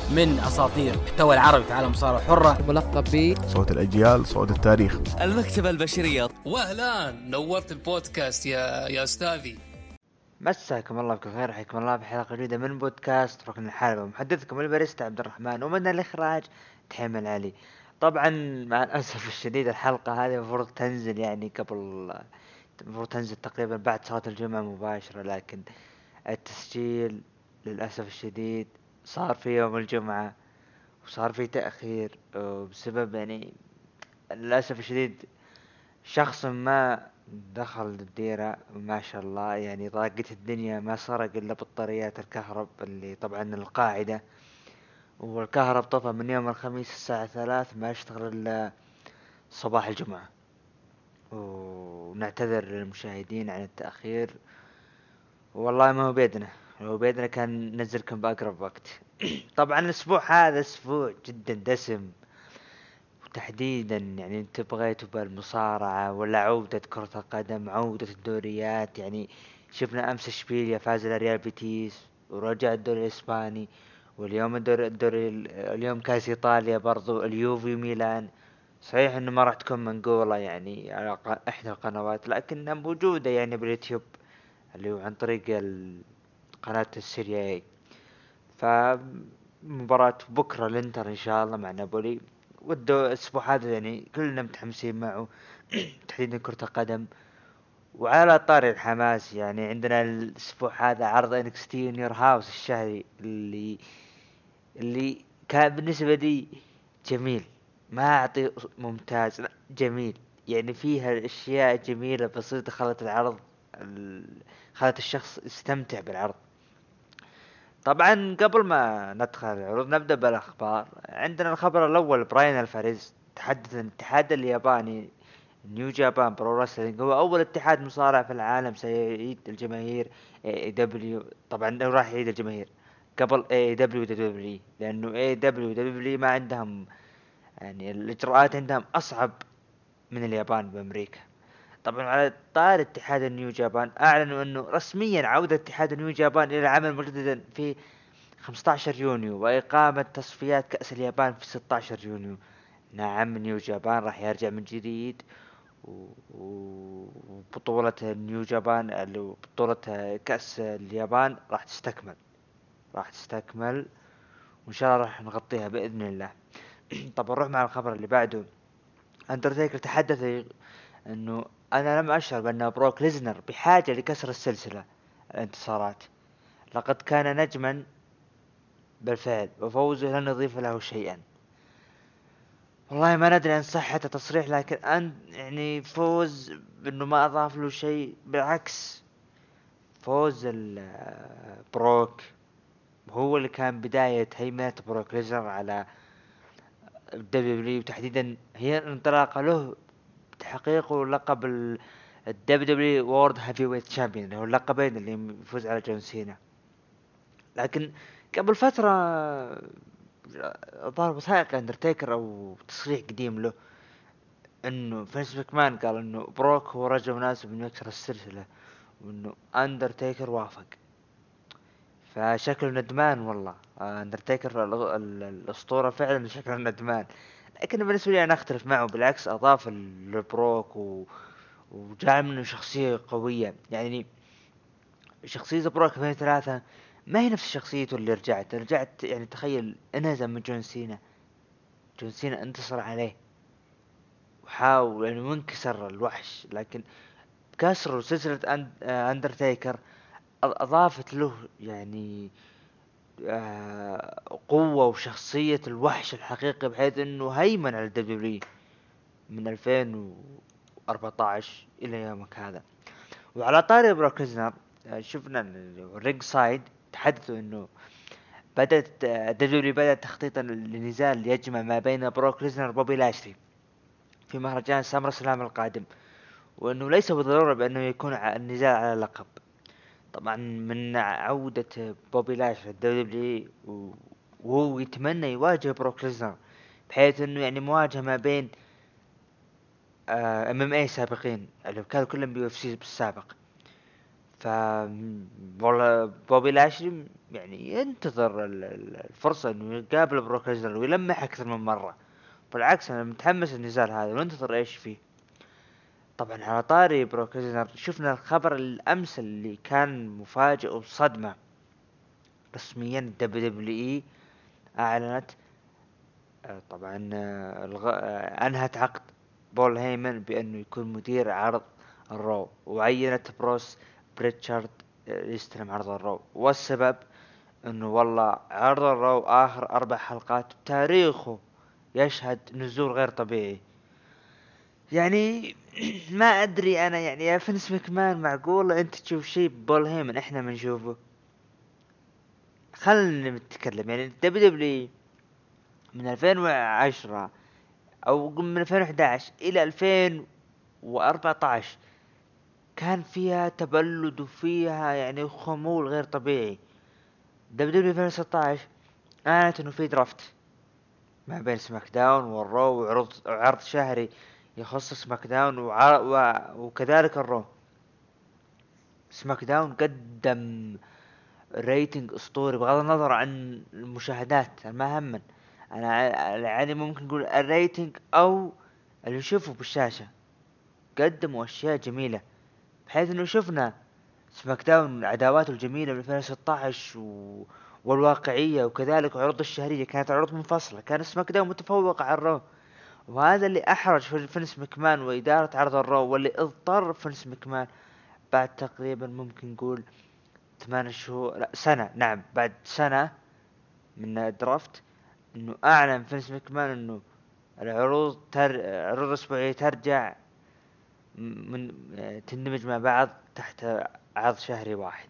من أساطير المحتوى العربي في عالم المصارعة الحرة. ملقب ب صوت الأجيال، صوت التاريخ، المكتبة البشرية. واهلا، نورت البودكاست يا أستاذي. مساكم الله بخير، حياكم الله بحلقة جديدة من بودكاست ركن الحلبة. محدثكم الباريستا عبد الرحمن، ومن الإخراج تحيم العلي. طبعا مع الأسف الشديد الحلقة هذه المفروض تنزل المفروض تنزل تقريبا بعد صلاة الجمعة مباشرة، لكن التسجيل للأسف الشديد صار في يوم الجمعة وصار في تأخير بسبب للأسف الشديد شخص ما دخل الديرة ما شاء الله، ضاقت الدنيا، ما سرق إلا بطاريات الكهرب اللي طبعا القاعدة، والكهرب طفى من يوم الخميس الساعة 3 ما يشتغل إلا صباح الجمعة. ونعتذر للمشاهدين عن التأخير، والله ما هو بيدنا، لو بيدنا كان ننزلكم بأقرب وقت. طبعا الأسبوع هذا أسبوع جدا دسم، تحديدا انت بغيتوا بالمصارعة ولا عودة كرة القدم، عودة الدوريات. شفنا امس اشبيليا فاز على ريال بيتيس، ورجع الدوري الاسباني، واليوم اليوم كاس ايطاليا برضو، اليوفي ميلان. صحيح انه ما راح تكون منقولة على احدى القنوات، لكنها موجودة باليوتيوب اللي هو عن طريق قناة السيريا اي. فمباراة بكرة الانتر ان شاء الله مع نابولي، الاسبوع هذا كلنا متحمسين معه. تحديدا كرة القدم. وعلى طاري الحماس عندنا الاسبوع هذا عرض انكستي نير هاوس الشهري اللي كان بالنسبة لي جميل، ما اعطي ممتاز، لا جميل. فيها اشياء جميلة بسيطة خلت العرض خلت الشخص يستمتع بالعرض. طبعا قبل ما ندخل العروض نبدأ بالأخبار. عندنا الخبر الأول، براين الفاريز تحدث عن الاتحاد الياباني نيو جابان برو رسلينج هو أول اتحاد مصارع في العالم سيعيد الجماهير اي دبليو. طبعا راح يعيد الجماهير قبل اي دبليو لأنه اي دبليو ما عندهم الإجراءات عندهم أصعب من اليابان بأمريكا. طبعا على طار اتحاد النيو جابان أعلنوا أنه رسميا عودة اتحاد النيو جابان إلى العمل مجددا في 15 يونيو، وإقامة تصفيات كأس اليابان في 16 يونيو. نعم، نيو جابان راح يرجع من جديد، وبطولة نيو جابان اللي بطولة كأس اليابان راح تستكمل وإن شاء الله راح نغطيها بإذن الله. طب نروح مع الخبر اللي بعده. أندرتيكر تحدث أنه أنا لم أشعر بأن بروك ليزنر بحاجة لكسر السلسلة الانتصارات، لقد كان نجما بالفعل وفوزه لن يضيف له شيئا. والله ما ندري عن صحة التصريح، لكن فوز بأنه ما أضاف له شيء، بالعكس فوز بروك هو اللي كان بداية هيمنة بروك ليزنر على الدبليو، وتحديدا هي انطلاقة له تحقيقه لقب الدبليو وورد هيفي ويت تشامبيون، اللي هو اللقبين اللي يفوز على جون سينا. لكن قبل فترة ظهر وثائق اندرتيكر او تصريح قديم له انه فينس ماكمان قال انه بروك هو رجل مناسب انه يكسر السلسلة، وانه اندرتيكر وافق. فشكله ندمان والله. اندرتيكر الاسطورة فعلا شكله ندمان، لكن بالنسبة لي انا اختلف معه. بالعكس اضاف لبروك وجعل منه شخصية قوية. شخصية بروك 2003 ما هي نفس شخصيته اللي رجعت تخيل انهزم من جون سينا انتصر عليه وحاول وانكسر الوحش، لكن كسر سلسلة اندرتيكر اضافت له قوة وشخصية الوحش الحقيقي، بحيث انه هيمن على الدبليو من 2014 الى يومك هذا. وعلى طاري بروك ليزنر، شفنا الرينج سايد تحدثوا انه بدأت تخطيطا لنزال يجمع ما بين بروك ليزنر وبوبي لاشلي في مهرجان سامر سلام القادم، وانه ليس بالضرورة بانه يكون النزال على اللقب. طبعا من عودة بوبي لاشلي الدبليو وهو يتمنى يواجه بروك ليزنر، بحيث انه مواجهة ما بين ام ام اي سابقين اللي كانوا كلهم بي اف سي بالسابق. ف والله بوبي لاشلي يعني ينتظر الفرصة انه يقابل بروك ليزنر ويلمح اكثر من مرة. بالعكس انا متحمس النزال هذا وانتظر ايش فيه. طبعا على طاري بروك ليزنر، شفنا الخبر الامس اللي كان مفاجئ وصدمة. رسميا دبليو دبليو اي اعلنت طبعا انهت عقد بول هيمن بانه يكون مدير عرض الرو، وعينت بروس بريتشارد يستلم عرض الرو. والسبب انه والله عرض الرو اخر 4 حلقات بتاريخه يشهد نزول غير طبيعي. يعني ما ادري انا، يعني يا فينس مكمان معقولة انت تشوف شيء بول هيمن احنا ما نشوفه؟ خلنا نتكلم. يعني دبليو دبليو من 2010 او من 2011 الى 2014 كان فيها تبلد وفيها يعني خمول غير طبيعي. دبليو 2016 اعلنت انه في درافت ما بين سماك داون والرو، وعرض شهري يخص سماك داون وكذلك الرو. سماك داون قدم ريتنج اسطوري بغض النظر عن المشاهدات، ما همن انا يعني ممكن نقول الريتنج او اللي نشوفه بالشاشة. قدموا اشياء جميلة بحيث انه شفنا سماك داون عداواته الجميلة من 2016 والواقعية، وكذلك عروض الشهرية كانت عروض منفصلة. كان سماك داون متفوق على الرو، وهذا اللي احرج في فينس مكمان وادارة عرض الرو، واللي اضطر فينس مكمان بعد تقريبا ممكن نقول 8 شهور، لا سنة، نعم بعد سنة من الدرافت، انه اعلن فينس مكمان انه العروض الاسبوعية ترجع من تندمج مع بعض تحت عرض شهري واحد.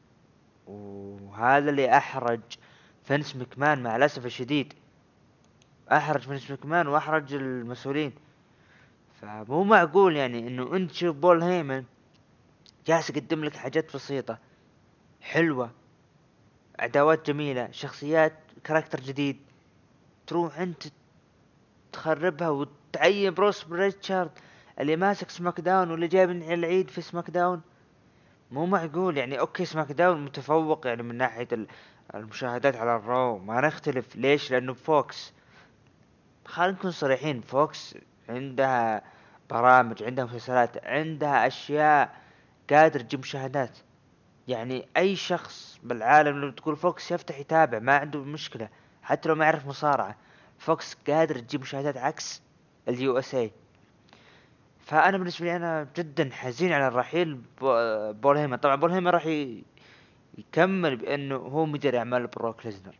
وهذا اللي احرج فينس مكمان مع الاسف الشديد، احرج فينس مكمان واحرج المسؤولين. فمو معقول يعني انه انت تشوف بول هيمن جالس يقدم لك حاجات بسيطة حلوة، عداوات جميلة، شخصيات، كاركتر جديد، تروح انت تخربها وتعين بروس بريتشارد اللي ماسك سماك داون واللي جايب العيد في سماك داون. مو معقول يعني. اوكي سماك داون متفوق يعني من ناحية المشاهدات على الرو، ما نختلف. ليش؟ لانه فوكس، خلينا نكون صريحين، فوكس عندها برامج، عندها مسلسلات، عندها اشياء قادر تجيب مشاهدات. يعني اي شخص بالعالم لو تقول فوكس يفتح يتابع ما عنده مشكلة، حتى لو ما يعرف مصارعة. فوكس قادر تجيب مشاهدات عكس اليو اس اي. فانا بالنسبة لي انا جدا حزين على الرحيل بول هيمن. طبعا بول هيمن راح يكمل بانه هو مدير اعمال بروك ليزنر.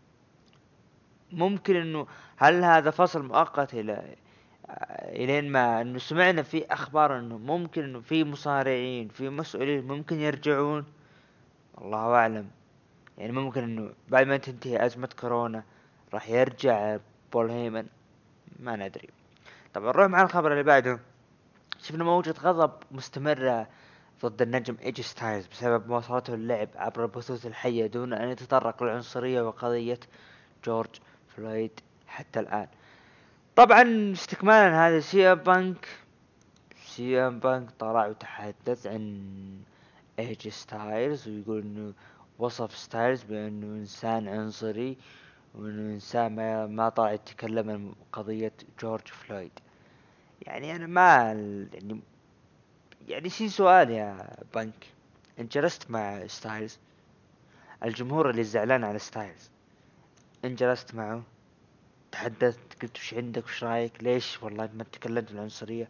ممكن انه هل هذا فصل مؤقت الين ما انه سمعنا في اخبار انه ممكن انه في مصارعين في مسؤولين ممكن يرجعون، الله اعلم. يعني ممكن انه بعد ما تنتهي ازمة كورونا راح يرجع بول هيمن، ما ندري. طبعا نروح مع الخبر اللي بعده. شفنا موجة غضب مستمرة ضد النجم ايجي ستايلز بسبب مواصلته اللعب عبر البثوث الحية دون ان يتطرق للعنصرية وقضية جورج فلويد حتى الان. طبعا استكمالا هذا سي ام بانك طلع وتحدث عن ايجي ستايلز، ويقول انه وصف ستايلز بانه انسان عنصري، وانه انسان ما طلع يتكلم عن قضية جورج فلويد. يعني انا ما يعني في سؤال يا بنك، انت جلست مع ستايلز، الجمهور اللي زعلان على ستايلز، انت جلست معه تحدثت قلت وش عندك وش رايك؟ ليش والله ما تكلمت عن العنصرية؟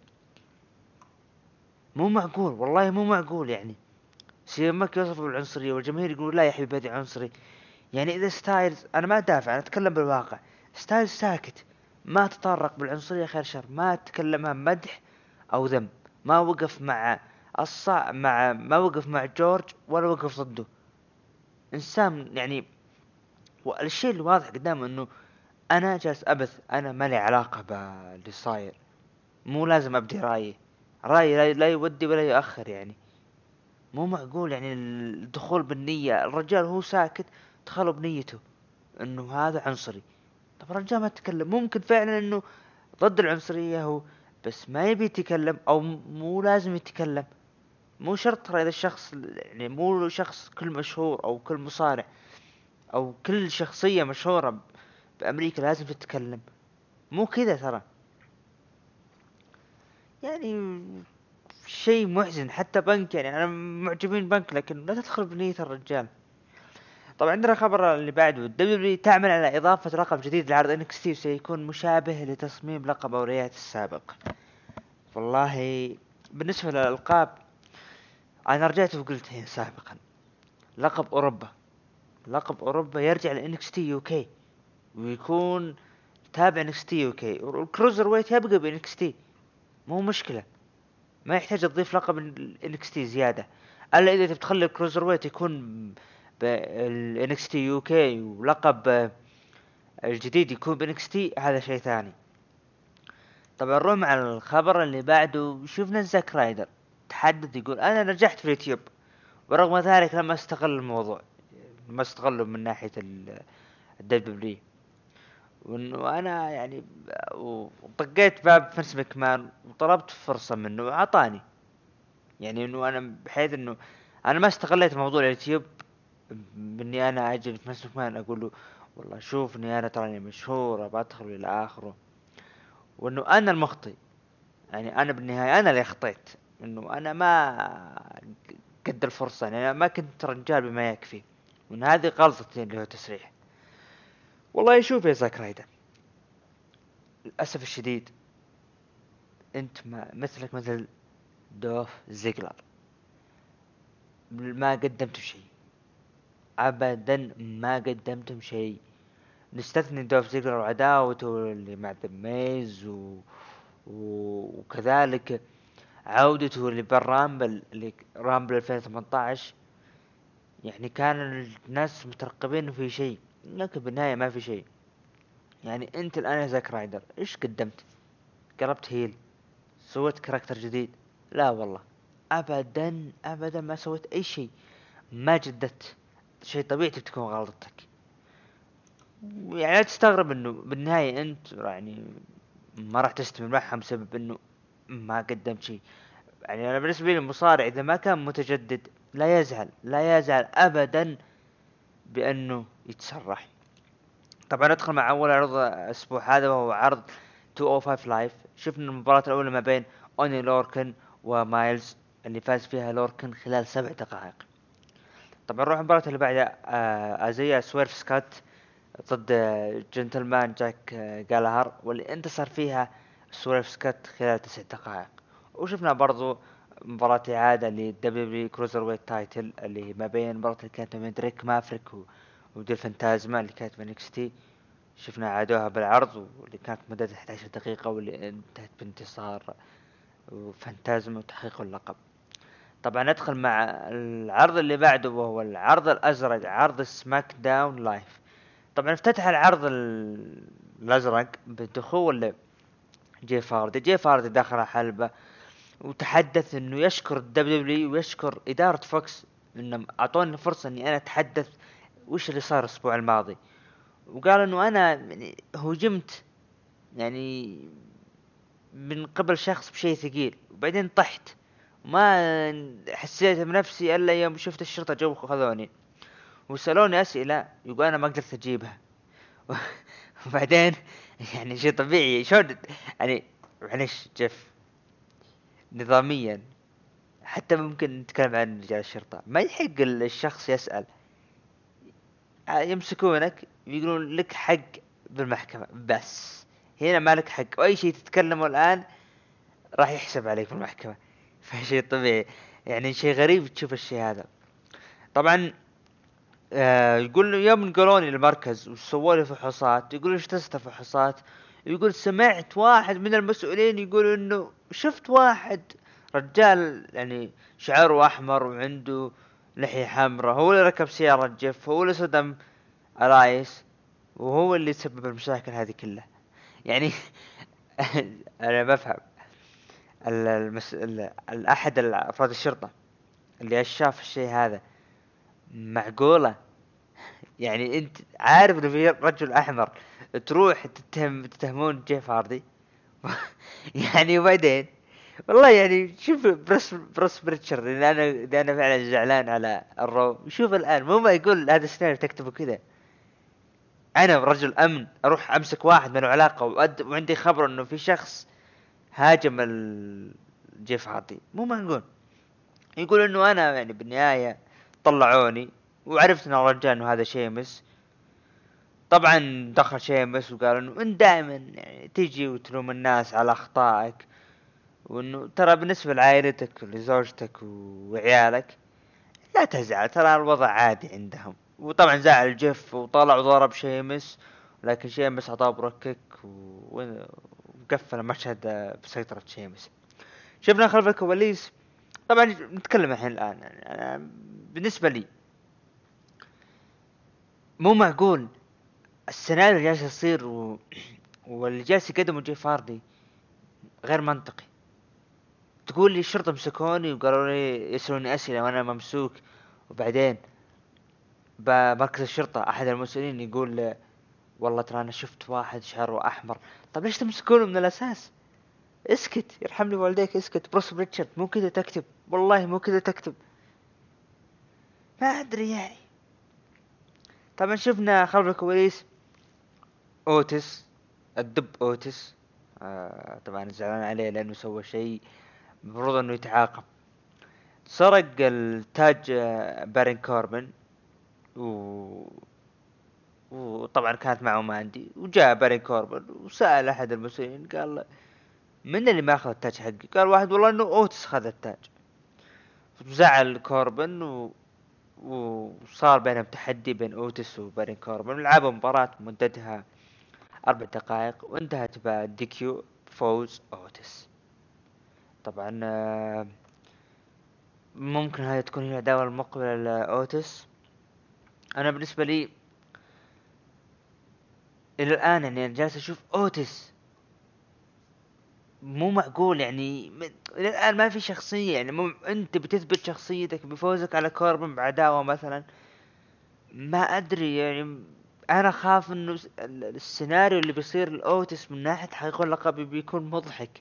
مو معقول والله مو معقول. يعني سيمك يوصف بالعنصرية والجماهير يقول لا يا حبيبي هذا عنصري. يعني اذا ستايلز، انا ما ادافع انا اتكلم بالواقع، ستايلز ساكت ما تطرق بالعنصرية خير شر، ما تكلمها مدح او ذم، ما وقف مع ما وقف مع جورج ولا وقف ضده. انسان يعني، والشيء اللي واضح قدامه انه انا جالس ابث، انا ما لي علاقة باللي صاير، مو لازم ابدي رايي لا يودي ولا يؤخر. يعني مو معقول يعني الدخول بالنية. الرجال هو ساكت دخلوا بنيته انه هذا عنصري. طب الرجال ما تكلم، ممكن فعلا انه ضد العنصرية هو، بس ما يبي يتكلم او مو لازم يتكلم. مو شرط ترى اذا الشخص يعني مو شخص كل مشهور او كل مصارع او كل شخصية مشهورة بامريكا لازم تتكلم. مو كذا ترى، يعني شيء محزن. حتى بنك، يعني انا معجبين بنك لكن لا تدخل بنية الرجال. طبعا عندنا خبر اللي بعده، الدبليو تعمل على اضافة لقب جديد لعرض انكستي وسيكون مشابه لتصميم لقب اوريات السابق. والله بالنسبة للالقاب انا رجعت وقلت هي سابقا، لقب اوروبا، لقب اوروبا يرجع لانكستي يو كي ويكون تابع انكستي يو كي، والكروزر ويت يبقى بانكستي، مو مشكلة. ما يحتاج تضيف لقب انكستي زيادة، الا اذا تبتخلي الكروزر ويت يكون بالانكستي يو كي ولقب الجديد يكون بانكستي، هذا شيء ثاني. طبعا نروح مع الخبر اللي بعده. شفنا زاك رايدر تحدث يقول انا نجحت في اليوتيوب، ورغم ذلك لم استغل الموضوع، ما استغله من ناحية الدبليو، وانه انا يعني وطقيت باب فنس مكمان وطلبت فرصة منه وعطاني. يعني انه انا بحيث انه انا ما استغليت موضوع اليوتيوب باني انا اجي في فنس مكمان اقول له والله شوفني انا تراني مشهور بدخل الى اخره، وانه انا المخطئ. يعني انا بالنهاية انا اللي اخطيت، انه انا ما قد الفرصة، يعني انا ما كنت رجال بما يكفي، وان هذه غلطتي اللي هو تسريح. والله شوف يا زاك رايدر، للأسف الشديد انت ما مثلك مثل دوف زيجلر، ما قدمتوا شيء ابدا، ما قدمتم شيء. نستثني دوف زيجلر وعداوته اللي مع ذا ميز وكذلك عودته لبالرامبل اللي رامبل 2018، يعني كان الناس مترقبين في شيء لكن بالنهاية ما في شيء. يعني انت الان يا زاك رايدر ايش قدمت؟ قلبت هيل؟ سويت كاركتر جديد؟ لا والله، ابدا ابدا ما سويت اي شيء، ما جددت شيء. طبيعي تكون غلطتك، يعني لا تستغرب انه بالنهاية انت يعني ما راح تستمر معهم بسبب انه ما قدمت شيء. يعني انا بالنسبة لي المصارع اذا ما كان متجدد لا يزعل، لا يزعل ابدا بانه يتسرح. طبعا ندخل مع اول عرض الاسبوع هذا وهو عرض 205 لايف. شفنا المباراة الاولى ما بين اوني لوركن ومايلز اللي فاز فيها لوركن خلال 7 دقائق. طبعا نروح المباراة اللي بعدها ازيا سويرف سكات ضد جنتلمان جاك جالهر، واللي انتصر فيها سويرف سكات خلال 9 دقائق. وشفنا برضو مباراة إعادة للدبليو كروزر ويت تايتل اللي ما بين مباراة اللي كانت بين دريك مافريك وديل فانتازما اللي كانت من اكس تي. شفنا عادوها بالعرض واللي كانت مدتها 11 دقيقة واللي انتهت بانتصار فانتازما وتحقيق اللقب. طبعا ندخل مع العرض اللي بعده وهو العرض الازرق، عرض سماك داون لايف. طبعا افتتح العرض الازرق بدخول جيف هاردي. جيف هاردي دخل حلبة وتحدث انه يشكر الدبليو ويشكر ادارة فوكس انهم اعطوني فرصة اني انا اتحدث وش اللي صار الاسبوع الماضي. وقال انه انا يعني هجمت يعني من قبل شخص بشيء ثقيل وبعدين طحت، ما حسيت بنفسي الا يوم شفت الشرطة جو خذوني وسألوني اسئلة يقول انا ما قدرت اجيبها. وبعدين يعني شيء طبيعي شلون يعني، معليش جيف نظاميا حتى ممكن نتكلم عن رجال الشرطة، ما يحق الشخص يسأل، يمسكونك يقولون لك حق بالمحكمة، بس هنا ما لك حق، واي شيء تتكلمه الان راح يحسب عليك في المحكمة. فشيء طبيعي، يعني شيء غريب تشوف الشيء هذا. طبعا يقول يوم نقلوني للمركز وسووا لي فحوصات، يقول ايش تست فحوصات، يقول سمعت واحد من المسؤولين يقول انه شفت واحد رجال يعني شعره احمر وعنده لحية حمراء هو اللي ركب سيارة جيف، هو اللي صدم الايس، وهو اللي سبب المشاكل هذه كلها. يعني انا بفهم الاحد افراد الشرطة اللي شاف الشيء هذا معقولة؟ يعني انت عارف انه في رجل احمر تروح تتهمون جيف هاردي؟ يعني وبعدين والله يعني شوف بروس بريتشر، اللي انا فعلا زعلان على الرو. شوف الان مو ما يقول هذا السيناريو تكتبه كذا. انا رجل امن اروح امسك واحد من العلاقه وعندي خبر انه في شخص هاجم جيف هاردي، مو معقول يقول انه انا يعني بالنهايه طلعوني وعرفت ان الرجال انه هذا شيمس. طبعا دخل شيمس وقال انه انت دائما يعني تجي وتلوم الناس على اخطائك، وانه ترى بالنسبه لعائلتك ولزوجتك وعيالك لا تزعل، ترى الوضع عادي عندهم. وطبعا زعل جيف وطلع وضرب شيمس، لكن شيمس عطاه بركك وقفل المشهد بسيطرة شيمس. شفنا خلف الكواليس. طبعا نتكلم الحين يعني أنا بالنسبة لي مو معقول السيناريو اللي جالس يصير واللي جالس يقدمه جيف هاردي غير منطقي. تقول لي الشرطة مسكوني وقالوا لي يسألوني أسئلة وأنا ممسوك، وبعدين بمركز الشرطة أحد المسؤولين يقول والله ترى أنا شفت واحد شعره أحمر. طب ليش تمسكونه من الأساس؟ اسكت يرحم لي والديك، اسكت. بروس ريتشارد مو كذا تكتب، والله مو كذا تكتب. ما أدري يعني. طبعا شفنا خلف الكواليس أوتس، الدب أوتس. طبعا زعلان عليه لأنه سوى شيء المفروض أنه يتعاقب. سرق التاج بارين كوربن وطبعا كانت معه ماندي. وجاء بارين كوربن وسأل أحد المسؤولين قال من اللي ما أخذ التاج حقي؟ قال واحد والله إنه أوتس خذ التاج. زعل كوربن وصار بينهم تحدي بين أوتس وبارين كوربن. لعبوا مباراة مدتها 4 دقائق وانتهت بالديكيو فوز أوتس. طبعا ممكن هذه تكون هي العداوة المقبلة لأوتس. أنا بالنسبة لي إلى الآن يعني جالس أشوف أوتس مو معقول يعني إلى الآن ما في شخصية. يعني أنت بتثبت شخصيتك بفوزك على كوربن بعداوة مثلا. ما أدري يعني. أنا خاف إنه السيناريو اللي بيصير الأوتس من ناحية حقيقة اللقب بيكون مضحك.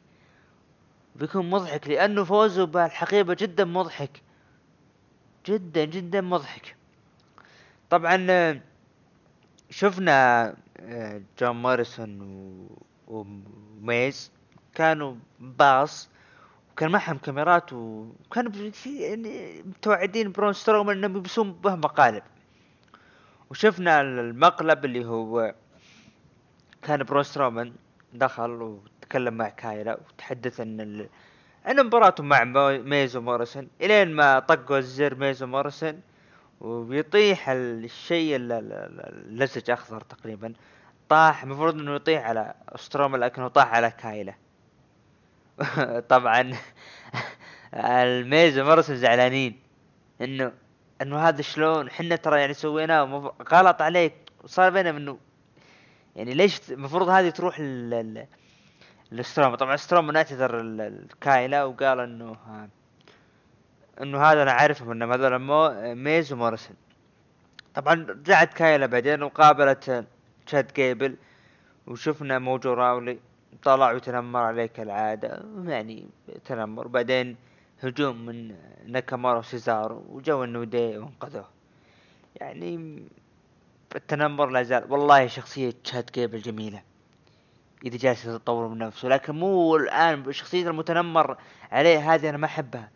لأنه فوزه بالحقيبة جدا مضحك، جدا جدا مضحك. طبعا شفنا جون موريسون وميز كانوا باص وكان معهم كاميرات وكانوا يعني متوعدين برون سترومان انهم يبسون به مقالب. وشفنا المقلب اللي هو كان برون سترومان دخل وتكلم مع كايلا وتحدث ان مباراتهم مع ميز وموريسون الين ما طقوا الزر ميز وموريسون وبيطيح الشيء اللزج اخضر تقريبا. طاح المفروض انه يطيح على سترومان لكنه طاح على كايلا. طبعا الميز وموريسون زعلانين انه هذا شلون حنا ترى يعني سويناه غلط عليك. وصار بينهم انه يعني ليش المفروض هذه تروح لسترومان. طبعا سترومان اعتذر الكايلا وقال انه هذا انا عارفه انه هذول ميز وموريسون. طبعا رجعت كايلا بعدين وقابلت تشاد جيبل وشفنا موجو راولي طلع وتنمر عليه كالعادة يعني تنمر. بعدين هجوم من ناكامورا وسيزارو وجو النودي وانقذوه. يعني التنمر لا زال. والله شخصية تشاد جيبل جميلة إذا جالس تطور من نفسه، لكن مو الآن شخصية المتنمر عليه هذه أنا ما أحبها.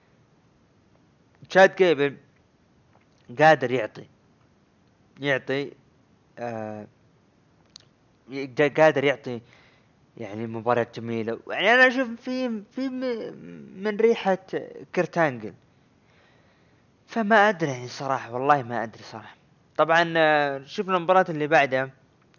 تشاد جيبل قادر يعطي قادر يعطي يعني مباراة جميلة. يعني أنا أشوف في من ريحة كرتانجل. فما أدري يعني صراحة، والله ما أدري صراحة. طبعا شفنا المباراة اللي بعدها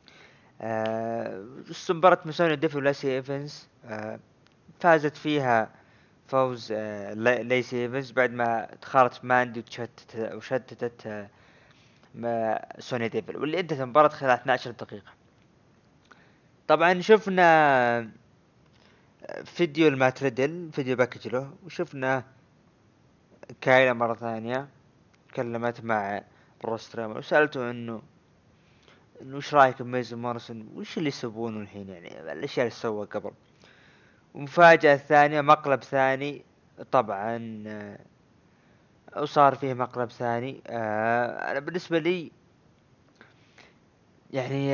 مباراة مسوني ديفي ولاسي إيفنز. فازت فيها فوز ليسي إيفنز بعد ما تخارت ماندي وشتتت سوني ديفل، واللي انتهت المباراة خلال 12 دقيقة. طبعا شفنا فيديو المات ريدل، فيديو باكج له، وشفنا كايلا مرة ثانية تكلمت مع بروسترام وسألته انه وش رايك بميز مارسون، وش اللي يسوونه الحين يعني الاشياء اللي سووها قبل. ومفاجأة ثانية مقلب ثاني طبعا، وصار فيه مقلب ثاني. انا بالنسبة لي يعني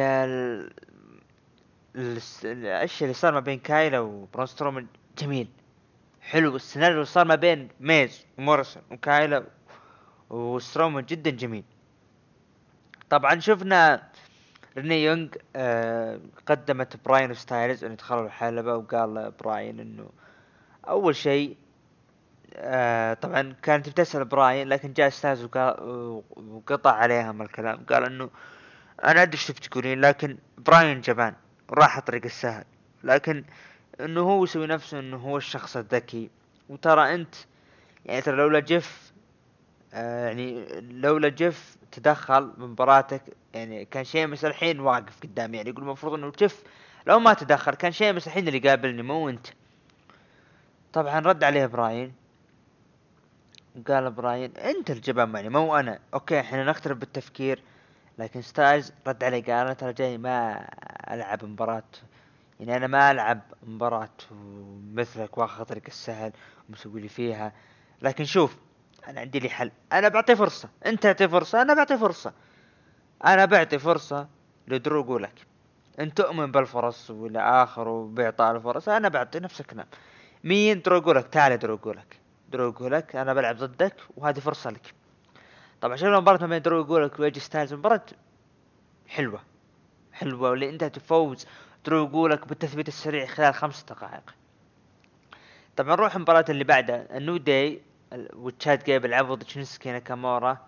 الاشياء اللي صار ما بين كايلا وبرونستروم جميل حلو. السيناريو اللي صار ما بين ميز وموريسون وكايلا وسترومان جدا جميل. طبعا شفنا ريني يونغ قدمت براين وستايلز ان يدخلوا الحلبة، وقال براين انه اول شيء طبعا كانت بتسأل براين، لكن جاء ستايلز وقطع عليها من الكلام. قال انه انا ادري ايش تقولين، لكن براين جبان راح طريق السهل، لكن انه هو يسوي نفسه انه هو الشخص الذكي. وترى انت يعني ترى لولا جيف يعني لولا جيف تدخل بمباراتك يعني كان شيمس الحين واقف قدامي. يعني يقول المفروض انه جيف لو ما تدخل كان شيمس الحين اللي قابلني مو انت. طبعا رد عليه براين، قال براين انت الجبان يعني مو انا. اوكي احنا نختلف بالتفكير، لكن ستايلز رد عليه قال انا ترى جاي ما العب مباراة، يعني انا ما العب مباراة مثلك واخذ طريق السهل ومسوي لي فيها. لكن شوف انا عندي لي حل، انا بعطي فرصة، انت تعطي فرصة، انا بعطي فرصة. انا بعطي فرصة لدرو يقولك انت تؤمن بالفرص والى اخر وبإعطاء الفرص، انا بعطي نفس الكلام. مين؟ درو يقولك تعال، درو يقولك انا بلعب ضدك وهذه فرصة لك. طبعا شوف المباراة ما بين درو يقولك ويجي ستايلز مباراة حلوة حلوة، واللي انت تفوز درو يقولك بالتثبيت السريع خلال 5 دقائق. طبعا نروح المباراة اللي بعدها النو داي وتشاد جيبل عوض تشينسكي ناكامورا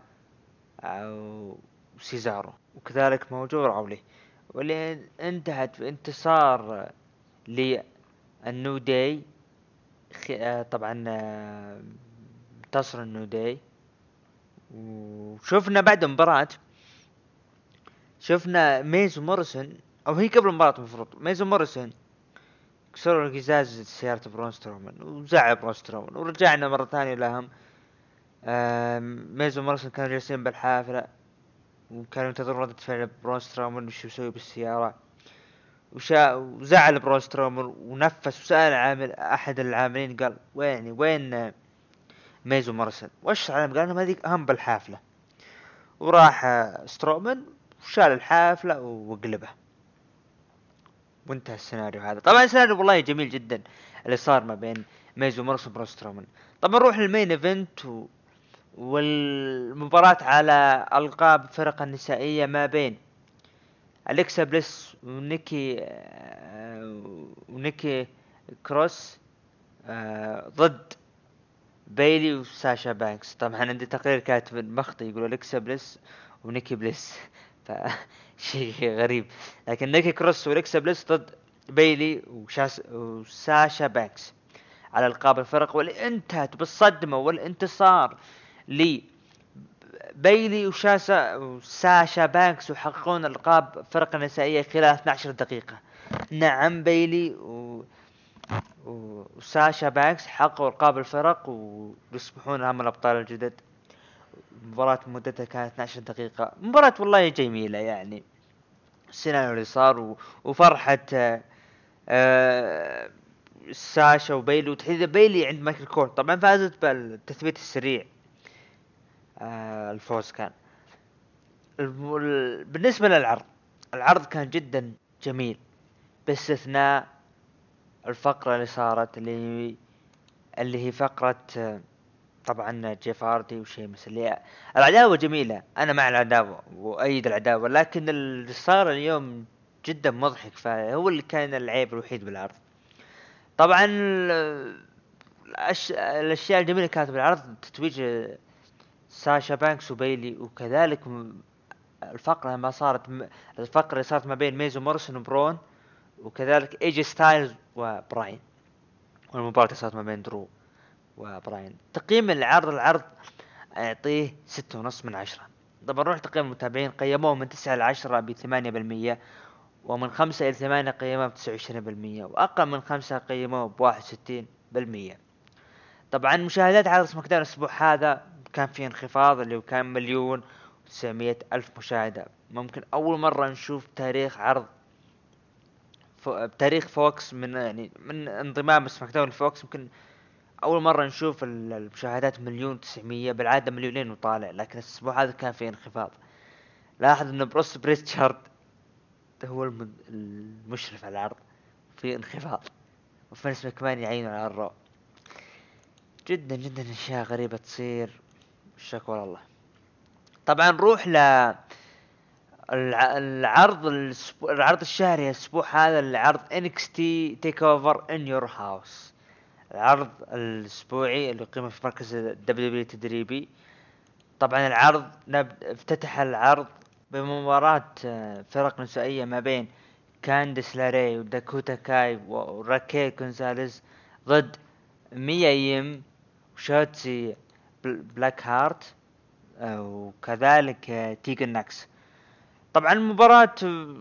وسيزارو، وكذلك موجود راولي، واللي انتهت بانتصار للنو داي. طبعا انتصر النو داي. وشفنا بعد المباراة شفنا ميز وموريسون، او هي قبل المباراة المفروض ميز وموريسون كسروا قزاز سيارة برون سترومان وزعل برون سترومان. ورجعنا مرة ثانية لهم. ميز وموريسون كانوا جالسين بالحافلة وكانوا ينتظرون ردة فعل برون سترومان وش يسوي بالسيارة. وزعل برون سترومان ونفس وسأل عامل احد العاملين قال وين ميز وموريسون وش عليهم؟ قال لهم هذيك اهم بالحافلة. وراح سترومان وشال الحافلة وقلبه، وانتهى السيناريو هذا. طبعا السيناريو والله جميل جدا اللي صار ما بين ميز ومورس وبرون سترومان. طبعا نروح للمين ايفنت والمباراة على القاب فرق النسائية ما بين أليكسا بليس ونيكي كروس ضد بايلي وساشا بانكس. طبعا عندي تقرير كاتب مخطئ يقول أليكسا بليس ونيكي بليس شيء غريب، لكن نيكي كروس واليكسا بليس ضد بايلي وساشا بانكس على القاب الفرق، واللي انتهت بالصدمة والانتصار لبايلي وساشا بانكس، وحققون القاب فرق النسائية خلال 12 دقيقة. نعم بايلي وساشا بانكس حققوا القاب الفرق ويصبحون هم الابطال الجدد. مباراة مدتها كانت 12 دقيقة، مباراة والله جميلة. يعني السيناريو اللي صار وفرحة ساشا وبيلي، وتحديدا بيلي عند مايكل كور. طبعا فازت بالتثبيت السريع. الفوز كان بالنسبة للعرض، العرض كان جدا جميل باستثناء الفقرة اللي صارت اللي هي فقرة طبعا جيف هاردي وشيمس. اللي العداوة جميلة، انا مع العداوة وايد العداوة، لكن اللي صار اليوم جدا مضحك، فهو اللي كان العيب الوحيد بالعرض. طبعا الاشياء الجميلة كانت بالعرض تتويج ساشا بانكس وبيلي، وكذلك الفقرة ما صارت الفقرة اللي صارت ما بين ميز ومورسون وبرون، وكذلك ايجي ستايلز وبراين، والمباراة صارت ما بين درو وبراين. تقييم العرض اعطيه 6.5/10. طبعا نروح تقييم المتابعين، قيموه من 9 ل10 ب8%، ومن 5 إلى 8 قيموه ب29%، واقل من 5 قيموه ب61%. طبعا مشاهدات عرض سماك داون الاسبوع هذا كان في انخفاض، اللي كان 1,900,000 مشاهدة. ممكن اول مرة نشوف تاريخ عرض بتاريخ فوكس، من يعني من انضمام سماك داون لفوكس يمكن اول مره نشوف المشاهدات 1,900,000، بالعاده 2,000,000 وطالع، لكن الاسبوع هذا كان فيه انخفاض. لاحظ ان بروس بريتشارد هو المشرف على العرض، في انخفاض، وفينس ماكمان يعينه على الرو. جدا جدا اشياء غريبة تصير، الشكوى الله. طبعا نروح ل العرض الشهري الاسبوع هذا، العرض NXT Take Over in Your House، العرض الاسبوعي اللي يقيم في مركز WWE التدريبي. طبعا العرض افتتح العرض بمباراة فرق نسائية ما بين كانديس لاري وداكوتا كاي وراكيل كونزاليز ضد ميا يم وشوتسي بلاك هارت وكذلك تيجن ناكس. طبعا المباراة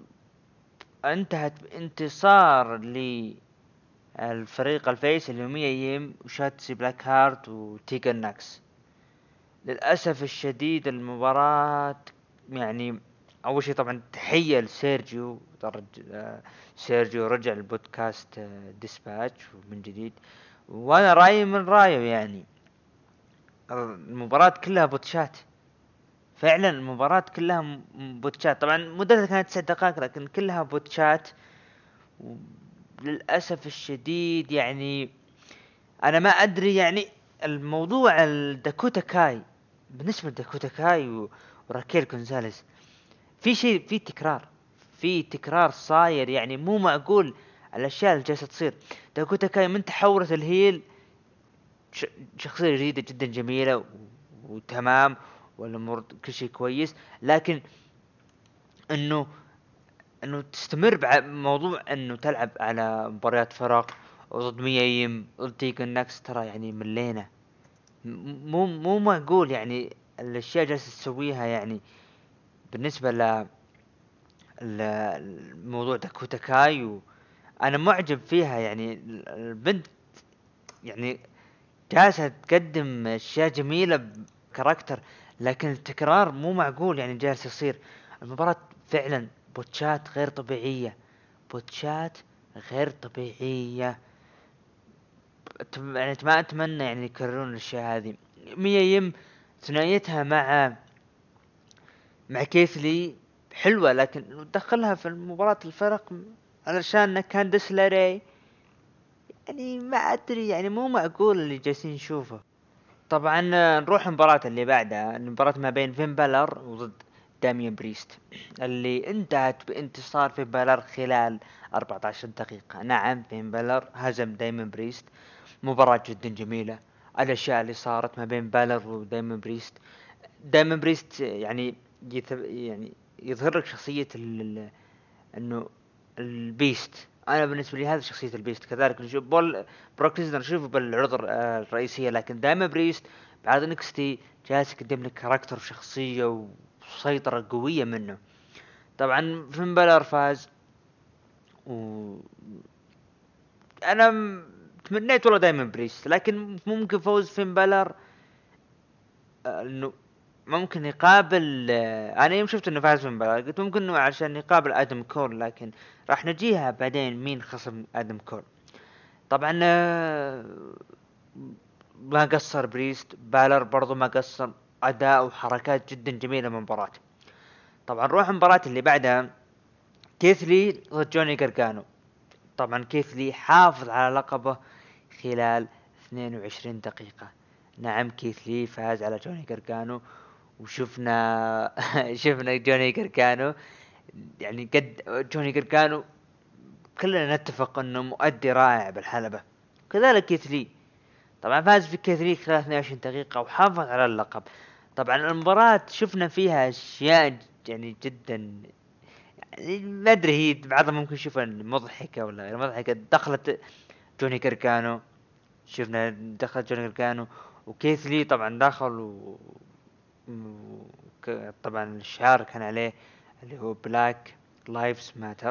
انتهت بانتصار للفريق الفيس اللي ميا يم وشوتسي بلاك هارت وتيجن ناكس. للأسف الشديد المباراة يعني أول شيء طبعا تحية لسيرجيو، سيرجيو رجع البودكاست ديسباتش من جديد، وأنا رأيي من رأيه. يعني المباراة كلها بوتشات، فعلا المباراة كلها بوتشات. طبعا مدتها كانت 9 دقائق لكن كلها بوتشات. للأسف الشديد يعني أنا ما أدري، يعني الموضوع الداكوتا كاي، بالنسبة لداكوتا كاي وراكيل كونزاليز في شيء، في تكرار صاير، يعني مو معقول الاشياء اللي جالسه تصير. داكوتا كاي من تحولت الهيل شخصيه جديده جدا جميله وتمام والامور كل شيء كويس، لكن انه تستمر بموضوع انه تلعب على مباريات فرق وضد ميايم ضد تيجن ناكس، ترى يعني ملينا، مو معقول يعني الاشياء جالسه تسويها. يعني بالنسبه الموضوع داكوتا كاي انا معجب فيها، يعني البنت يعني جالسة تقدم اشياء جميلة بكاركتر، لكن التكرار مو معقول يعني جالس يصير. المباراة فعلا بوتشات غير طبيعية، بوتشات غير طبيعية. يعني ما اتمنى يعني يكررون الاشياء هذه. ميا يم ثنائيتها مع كيثلي حلوة، لكن دخلها في مباراة الفرق علشان كانديس لاري، يعني ما ادري، يعني مو معقول اللي جالسين نشوفه. طبعا نروح المباراة اللي بعدها، المباراة ما بين فين بالر وضد داميان بريست، اللي انتهت بانتصار فين بالر خلال 14 دقيقة. نعم فين بالر هزم دايمون بريست. مباراة جدا جميلة. الاشياء اللي صارت ما بين بالر ودايمون بريست، دايمون بريست يعني يعني يظهر لك شخصية انه البيست. انا بالنسبه لي هذا شخصيه البيست. كذلك نشوف بروك ليزنر نشوفه بالعروض الرئيسيه، لكن دائما بريست بعد انكستي جالس يقدم لك كاركتر وشخصيه وسيطره قويه منه. طبعا فين بالر فاز، و انا تمنيت والله دائما بريست، لكن ممكن فوز فين بالر انه ممكن يقابل انا يوم شفت انه فاز من بالر قلت ممكن انه عشان يقابل ادم كول، لكن راح نجيها بعدين مين خصم ادم كول. طبعا ما قصر بريست، بالر برضو ما قصر، اداء وحركات جدا جميله من مباراة. طبعا نروح المباراة اللي بعدها، كيثلي ضد جوني غارغانو. طبعا كيثلي حافظ على لقبه خلال 22 دقيقة. نعم كيثلي فاز على جوني غارغانو، وشفنا شفنا جوني غارغانو، يعني قد جوني غارغانو كلنا نتفق انه مؤدي رائع بالحلبة. كذلك كيثلي طبعا فاز في كيثلي خلال 22 دقيقة وحافظ على اللقب. طبعا المباراة شفنا فيها اشياء يعني جدا، يعني ما ادري هي بعضها ممكن نشوفها مضحكة ولا غير مضحكة. دخلت جوني غارغانو، شفنا دخل جوني غارغانو وكيثلي طبعا دخل طبعا الشعار كان عليه اللي هو بلاك لايفز ماتر.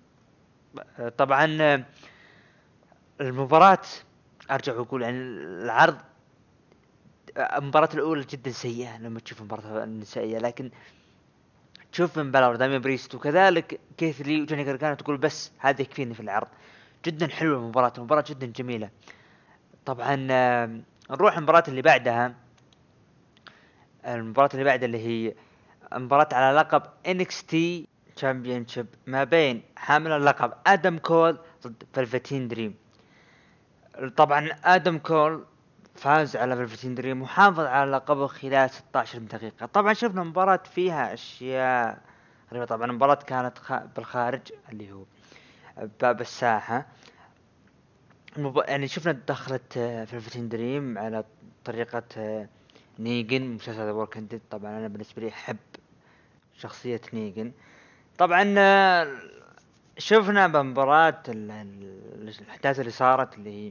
طبعا المباراة ارجع واقول يعني العرض، المباراة الاولى جدا سيئة لما تشوف المباراة النسائية، لكن تشوف من بلر دامين بريست وكذلك كيث لي وجوني غارغانو تقول بس هذا يكفيني في العرض. جدا حلوة المباراة جدا جميلة. طبعا نروح المباراة اللي بعدها. المباراة اللي بعدها اللي هي مباراة على لقب NXT Championship ما بين حامل اللقب آدم كول ضد فلفتين دريم. طبعا آدم كول فاز على فلفتين دريم وحافظ على لقبه خلال 16 دقيقة. طبعا شفنا مباراة فيها أشياء غريبة. طبعا المباراة كانت بالخارج اللي هو باب الساحة. يعني شفنا دخلت فلفتين دريم على طريقة نيجن مسلسل ووركينج ديد. طبعا أنا بالنسبة لي أحب شخصية نيجن. طبعا شفنا بمباراة الأحداث اللي صارت اللي هي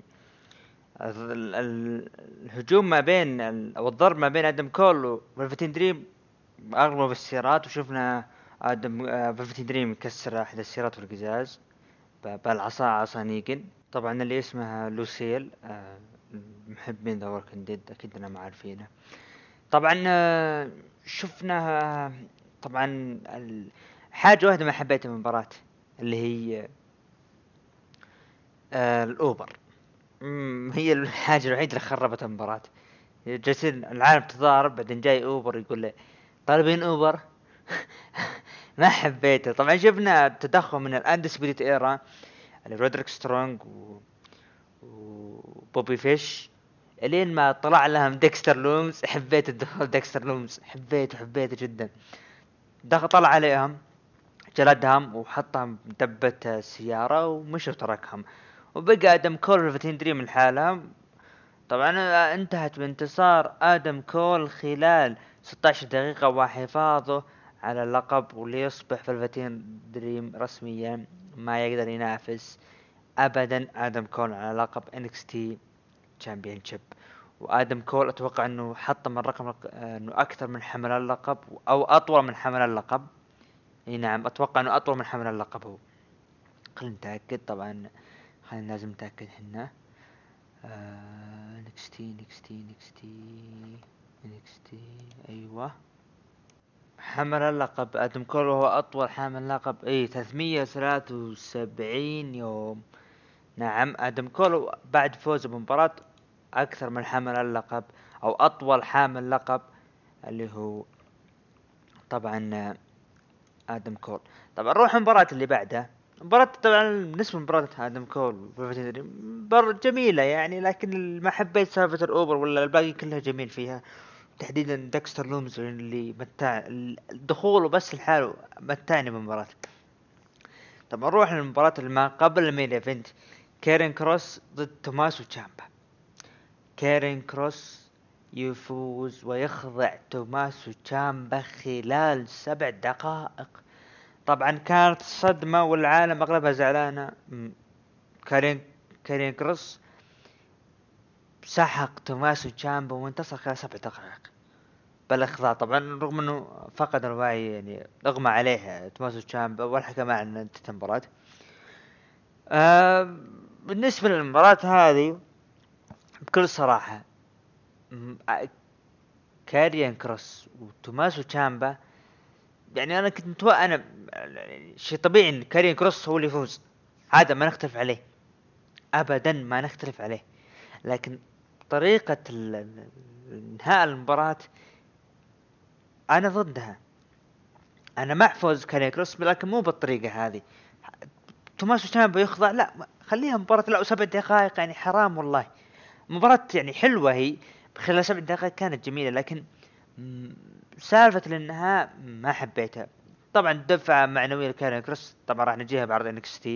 الهجوم ما بين أو الضرب ما بين آدم كول وفلفتين دريم أغلب السيارات. وشفنا آدم فلفتين دريم يكسر أحد السيارات والقزاز بالعصا عصا نيجن. طبعا اللي اسمها لوسيل محبين ذا ووركينج ديد أكيد أنا ما عارفينه. طبعا شفنا طبعا حاجة واحدة ما حبيتها من المباراة اللي هي الأوبر. هي الحاجة الوحيدة اللي خربت المباراة. جالسين العالم تضارب بعدين جاي أوبر يقول له طالبين أوبر. ما حبيته. طبعا شفنا تدخل من الأندسبيريت إيرا اللي رودريك سترونج وبوبي فيش الين ما طلع لهم ديكستر لومز. حبيت الدخول ديكستر لومز حبيته جدا. دخل طلع عليهم جلدهم وحطهم دبة سيارة ومشوا تركهم. وبقى آدم كول وفلفتين دريم من حالهم. طبعا انتهت بانتصار آدم كول خلال 16 دقيقة وحفاظه على اللقب وليصبح فلفتين دريم رسميا ما يقدر ينافس ابدا آدم كول على لقب NXT Championship. وآدم كول اتوقع انه حطم الرقم انه اكثر من حمل اللقب او اطول من حمل اللقب. اي نعم اتوقع انه اطول من حمل اللقب هو. خلينا نتأكد. طبعا خلينا لازم نتأكد هنا. NXT ايوه حمل اللقب آدم كول وهو اطول حامل لقب 373 يوم. نعم آدم كول بعد فوزه بمباراة اكثر من حامل اللقب او اطول حامل لقب اللي هو طبعا آدم كول. طبعا نروح المباراة اللي بعدها. مباراة طبعا بالنسبة لمباراة آدم كول جميلة يعني. لكن ما حبيت سالفة الأوبر ولا الباقي كلها جميل فيها. تحديدا ديكستر لومز اللي متع دخوله بس الحال متعني بالمباراة. طبعا نروح للمباراة اللي ما قبل المين ايفنت. كارين كروس ضد توماسو تشامبا. كارين كروس يفوز ويخضع توماسو تشامبا خلال 7 دقائق. طبعا كانت صدمة والعالم اغلبها زعلانة. كارين كروس سحق توماسو تشامبا وانتصر خلال 7 دقائق بالاخضاع. طبعا رغم انه فقد الوعي يعني اغمى عليه توماسو تشامبا والحكى معه ان انتهت المباراة. بالنسبة للمباراة هذه بكل صراحة كارين كروس وتوماسو تشامبا يعني انا كنت متوقع انا شيء طبيعي ان كارين كروس هو اللي يفوز. هذا ما نختلف عليه ابدا ما نختلف عليه. لكن طريقة انهاء المباراة انا ضدها. انا مع فوز كارين كروس لكن مو بالطريقة هذه. توماسو تشامبا يخضع لا خليها مباراة لا 7 دقائق يعني حرام والله. مباراة يعني حلوة هي خلال 7 دقائق كانت جميلة. لكن سالفة الانهاء ما حبيتها. طبعا دفعة معنوية لكارين كروس. طبعا راح نجيها بعرض NXT.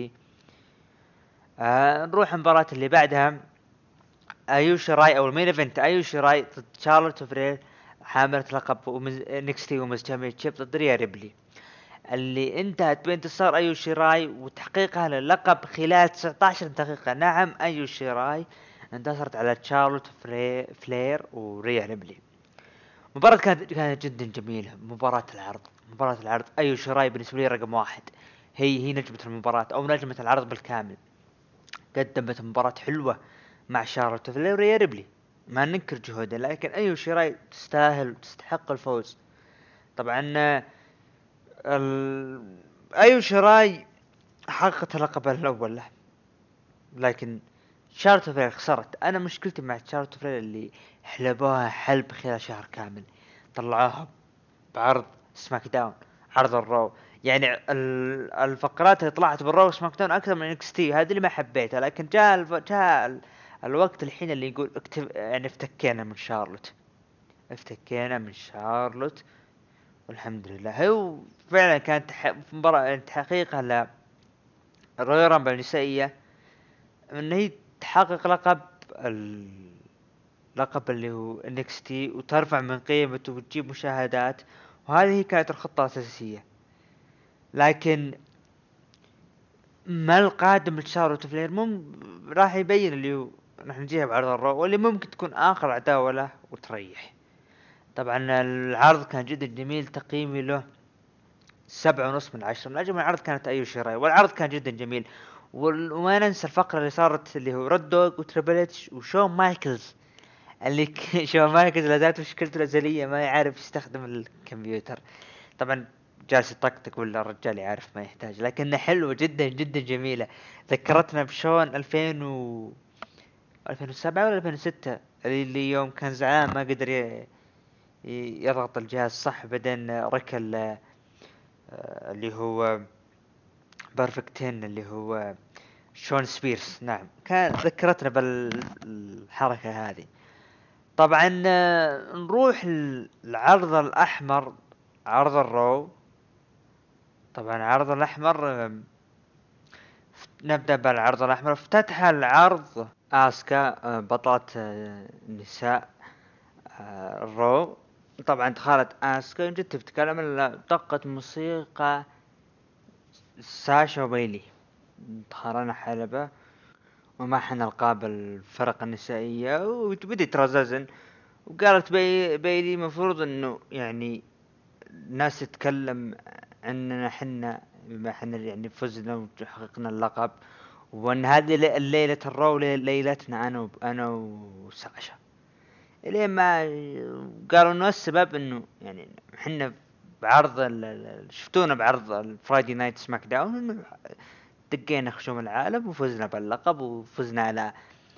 نروح المباراة اللي بعدها. ايوشي راي او المين ايفنت ايوشي راي ضد شارلوت فرير حاملة لقب NXT ومز تشامبيونشيب ضد ريا ريبلي اللي انتهت بانتصار ايوشي راي وتحقيقها للقب خلال 19 دقيقة. نعم ايوشي راي انتصرت على شارلوت فلير وريا ريبلي. مباراة كانت جدا جميلة. مباراة العرض ايوشي راي بالنسبة لي رقم 1. هي نجمة المباراة او نجمة العرض بالكامل. قدمت مباراة حلوة مع شارلوت فلير وريا ريبلي ما ننكر جهودها. لكن ايوشي راي تستاهل وتستحق الفوز. طبعا ايو شراي حققت اللقب الاول له، لكن شارلوت فلير خسرت. انا مشكلتي مع شارلوت فلير اللي حلبوها حلب خلال شهر كامل، طلعوها بعرض سماك داون، عرض الرو. يعني الفقرات اللي طلعت بالرو سماك داون اكثر من اكس تي، هذا اللي ما حبيتها. لكن جاء الوقت الحين اللي يقول يعني افتكينا من شارلوت، افتكينا من شارلوت، والحمد لله. هو فعلا كانت مباراة تحقيقها للرويال رامبل النسائية ان هي تحقق لقب اللي هو NXT وترفع من قيمته وتجيب مشاهدات، وهذه هي كانت الخطة الأساسية. لكن ما القادم لشارلوت فلير راح يبين اللي هو راح نجيها بعرض الرو، واللي ممكن تكون آخر عداوة له وتريح. طبعا العرض كان جدا جميل، تقييمي له 7.5 من 10، من أجمل العرض كانت أيو شيراي، والعرض كان جدا جميل. وما ننسى الفقرة اللي صارت اللي هو رود دوغ وتريبل اتش وشون مايكلز، اللي شون مايكلز لا زالت مشكلته الأزلية ما يعرف يستخدم الكمبيوتر. طبعا جالس يطقطق ولا الرجال يعرف ما يحتاج، لكنها حلوة جدا جدا جميلة. ذكرتنا بشون 2007 ولا 2006 اللي يوم كان زعلان ما قدر يضغط الجهاز صح، بعدين ركل اللي هو بيرفكتين اللي هو شون سبيرس. نعم، كان ذكرتنا بالحركة هذه. طبعا نروح العرض الأحمر، عرض الرو. طبعا عرض الأحمر نبدأ بالعرض الأحمر. افتتح العرض آسكا بطلة نساء الرو. طبعا دخلت آسكا جت تتكلم، دقت موسيقى ساشا وبيلي، دخلنا حلبة ومعهن القاب الفرق النسائية وبدت رزازن. وقالت بيلي مفروض انه يعني الناس تتكلم عننا حنا بما حنا يعني فزنا وحققنا اللقب، وان هذه الليلة الرو ليلتنا انا وساشا. الين ما قالوا انه السبب انه يعني حنا بعرض شفتونا بعرض الفرايدي نايت سماك داون انه دقينا خشوم العالم وفزنا باللقب، وفزنا على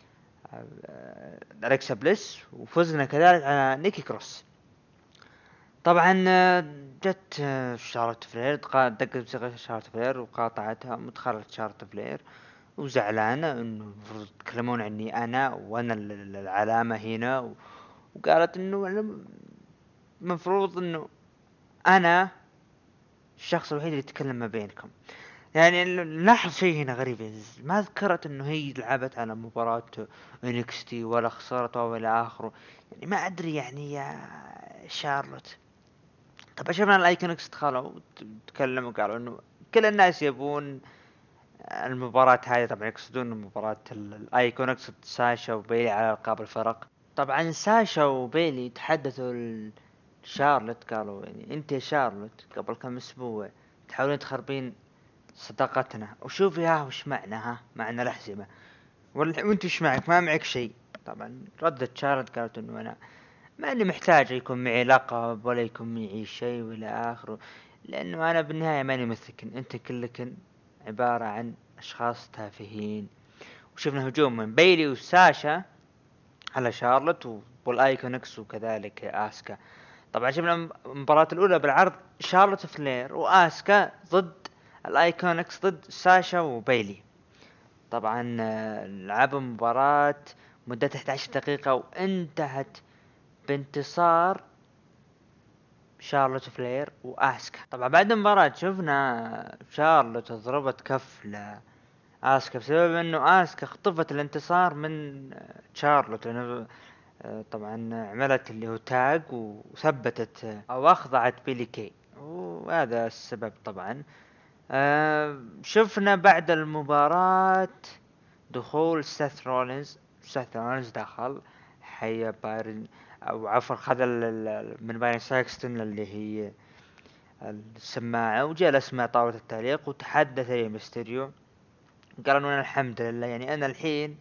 أليكسا بليس، وفزنا كذلك على نيكي كروس. طبعا جت شارلوت فلير، دقت موسيقى شارلوت فلير وقاطعتها، ودخلت شارلوت فلير وزعلانة انه المفروض يتكلمون عني انا وانا العلامة هنا، وقالت انه المفروض انه انا الشخص الوحيد اللي يتكلم ما بينكم. يعني نلاحظ شيء هنا غريب، يعني ما ذكرت انه هي لعبت على مباراة انكستي ولا خسرت ولا اخره. يعني ما ادري يعني يا شارلوت. طب شفنا الايكونكس دخلوا وتكلموا وقالوا انه كل الناس يبون المباراة هذه. طبعا يقصدون مباراة الايكونكس ساشا وبيلي على القاب الفرق. طبعا ساشا وبيلي تحدثوا شارلوت، قالوا يعني انت يا شارلوت قبل كم اسبوع تحاولين تخربين صداقتنا، وشوفي وش معنا، معنا الأحزمة وانت وش معك؟ ما معك شيء. طبعا ردت شارلوت قالت انه انا ما اني محتاج يكون معي لقب ولا يكون معي شيء ولا اخره، لانه انا بالنهاية ماني مثلكن، انت كلكن عبارة عن اشخاص تافهين. وشفنا هجوم من بيلي وساشا على شارلوت والايكونكس وكذلك اسكا. طبعا شفنا المباراة الاولى بالعرض شارلوت فلير واسكا ضد الايكونكس ضد ساشا وبيلي. طبعا لعبوا مباراة مدتها 11 دقيقة وانتهت بانتصار شارلوت فلير واسكا. طبعا بعد المباراة شفنا شارلوت ضربت كف لاسكا بسبب انه اسكا خطفت الانتصار من شارلوت، لانه طبعا عملت اللي هو تاج وثبتت او اخضعت بيلي كي، وهذا السبب. طبعا شفنا بعد المباراة دخول سيث رولينز دخل حيا بايرن او عفوا خذ من بايرن ساكستون اللي هي السماعة وجلس مع طاولة التعليق وتحدث لي ميستيريو. قال انه الحمد لله يعني انا الحين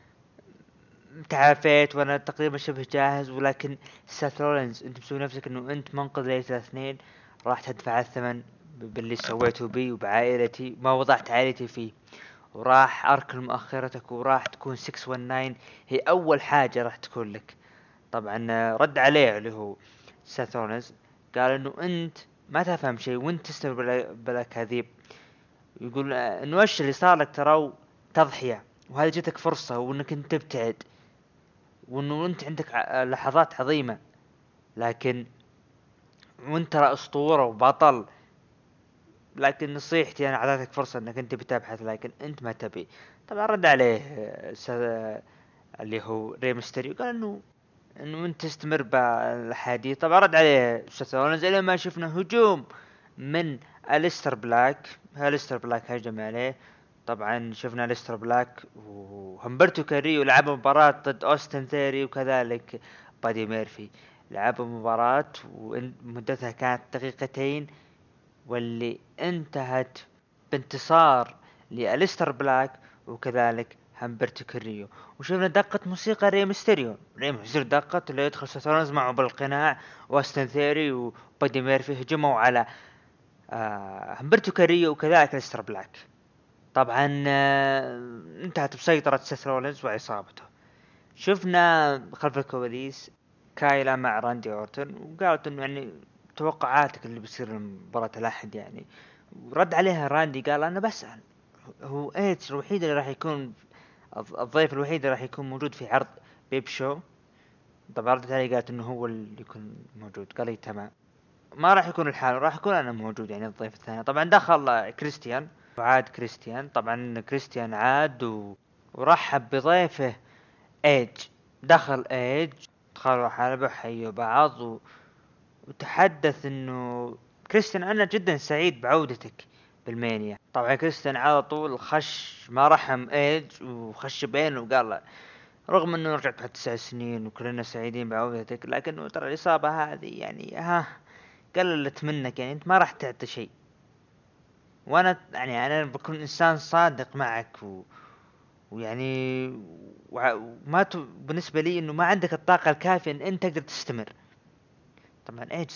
تعافيت وانا تقريبا شبه جاهز، ولكن سيث رولينز انت مسوي نفسك انه انت منقذ ليلة الاثنين راح تدفع الثمن باللي سويته بي وبعائلتي، ما وضعت عائلتي فيه، وراح اركل مؤخرتك وراح تكون 619 هي اول حاجة راح تكون لك. طبعا رد عليه اللي هو سيث رولينز، قال انه انت ما تفهم شيء وانت تستمر بالاكاذيب. يقول انه ايش اللي صار لك ترى تضحية، وهذه جتك فرصة وانك انت تبتعد، وانه انت عندك لحظات عظيمة، لكن وانت ترى اسطورة وبطل، لكن نصيحتي انا اعطيتك فرصة انك انت بتبحث لكن انت ما تبي. طبعا رد عليه اللي هو ري ميستيريو، قال انه انت تستمر بالحديث. طبعا رد عليه سيث زي ما شفنا هجوم من أليستر بلاك. أليستر بلاك هجم عليه. طبعا شفنا أليستر بلاك وهمبرتو كاريو لعبوا مباراة ضد أوستن ثيري، وكذلك بادي ميرفي لعبوا مباراة ومدتها كانت دقيقتين، واللي انتهت بانتصار لأليستر بلاك وكذلك همبرتو كاريو. وشفنا دقة موسيقى ري ميستيريو دقة اللي يدخل سيث معه بالقناع، واستن ثيري وبادي ميرفي هجموا على همبرتو كاريو وكذلك أليستر بلاك. طبعا انتهت بسيطرة سيث رولينز وعصابته. شفنا خلف الكواليس كايلا مع راندي اورتن، وقالت انه يعني توقعاتك اللي بيصير مباراة الأحد يعني. ورد عليها راندي قال انا بسأل، هو ايش الوحيد اللي راح يكون الضيف الوحيد اللي راح يكون موجود في عرض بيب شو؟ طبعا ردت عليه قالت انه هو اللي يكون موجود. قال لي تمام، ما راح يكون الحال، راح يكون انا موجود يعني الضيف الثاني. طبعا دخل كريستيان وعاد كريستيان. طبعا كريستيان عاد ورحب بضيفه ايج. دخل ايج، دخلوا حلبة حيوا بعض وتحدث انه كريستيان انا جدا سعيد بعودتك بالمانيا. طبعا كريستيان على طول خش ما رحم ايج وخش بينه وقال له رغم انه رجعت بعد 9 سنين وكلنا سعيدين بعودتك، لكنه ترى الاصابة هذه يعني قللت منك، يعني انت ما راح تعطي شيء، وانا يعني انا بكون انسان صادق معك ويعني وما بالنسبة لي انه ما عندك الطاقة الكافية ان انت تقدر تستمر. طبعا ايج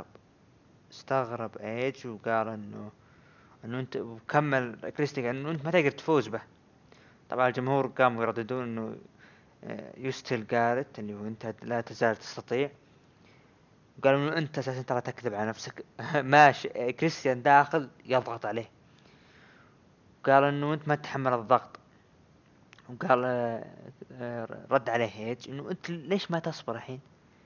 استغرب ايج وقال انه انت، وكمل كريستيان انه انت ما تقدر تفوز به. طبعا الجمهور قاموا يرددون انه يستيل جارت اللي هو انت لا تزال تستطيع. قالوا انه انت اساسا ترى تكذب على نفسك. ماشي كريستيان داخل يضغط عليه، قال انه انت ما تتحمل الضغط. وقال رد عليه هيج انه انت ليش ما تصبر الحين،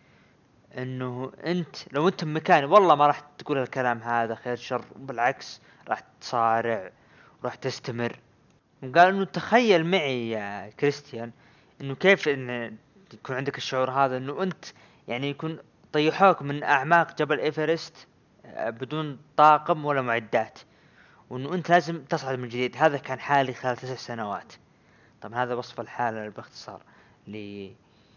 انه انت لو انت بمكاني والله ما راح تقول الكلام هذا خير شر، بالعكس راح تصارع وراح تستمر. وقال انه تخيل معي يا كريستيان انه كيف ان يكون عندك الشعور هذا، انه انت يعني يكون طيحوك من اعماق جبل ايفرست بدون طاقم ولا معدات، وانه انت لازم تصعد من جديد. هذا كان حالي خلال 9 سنوات. طبعا هذا وصف الحالة باختصار ل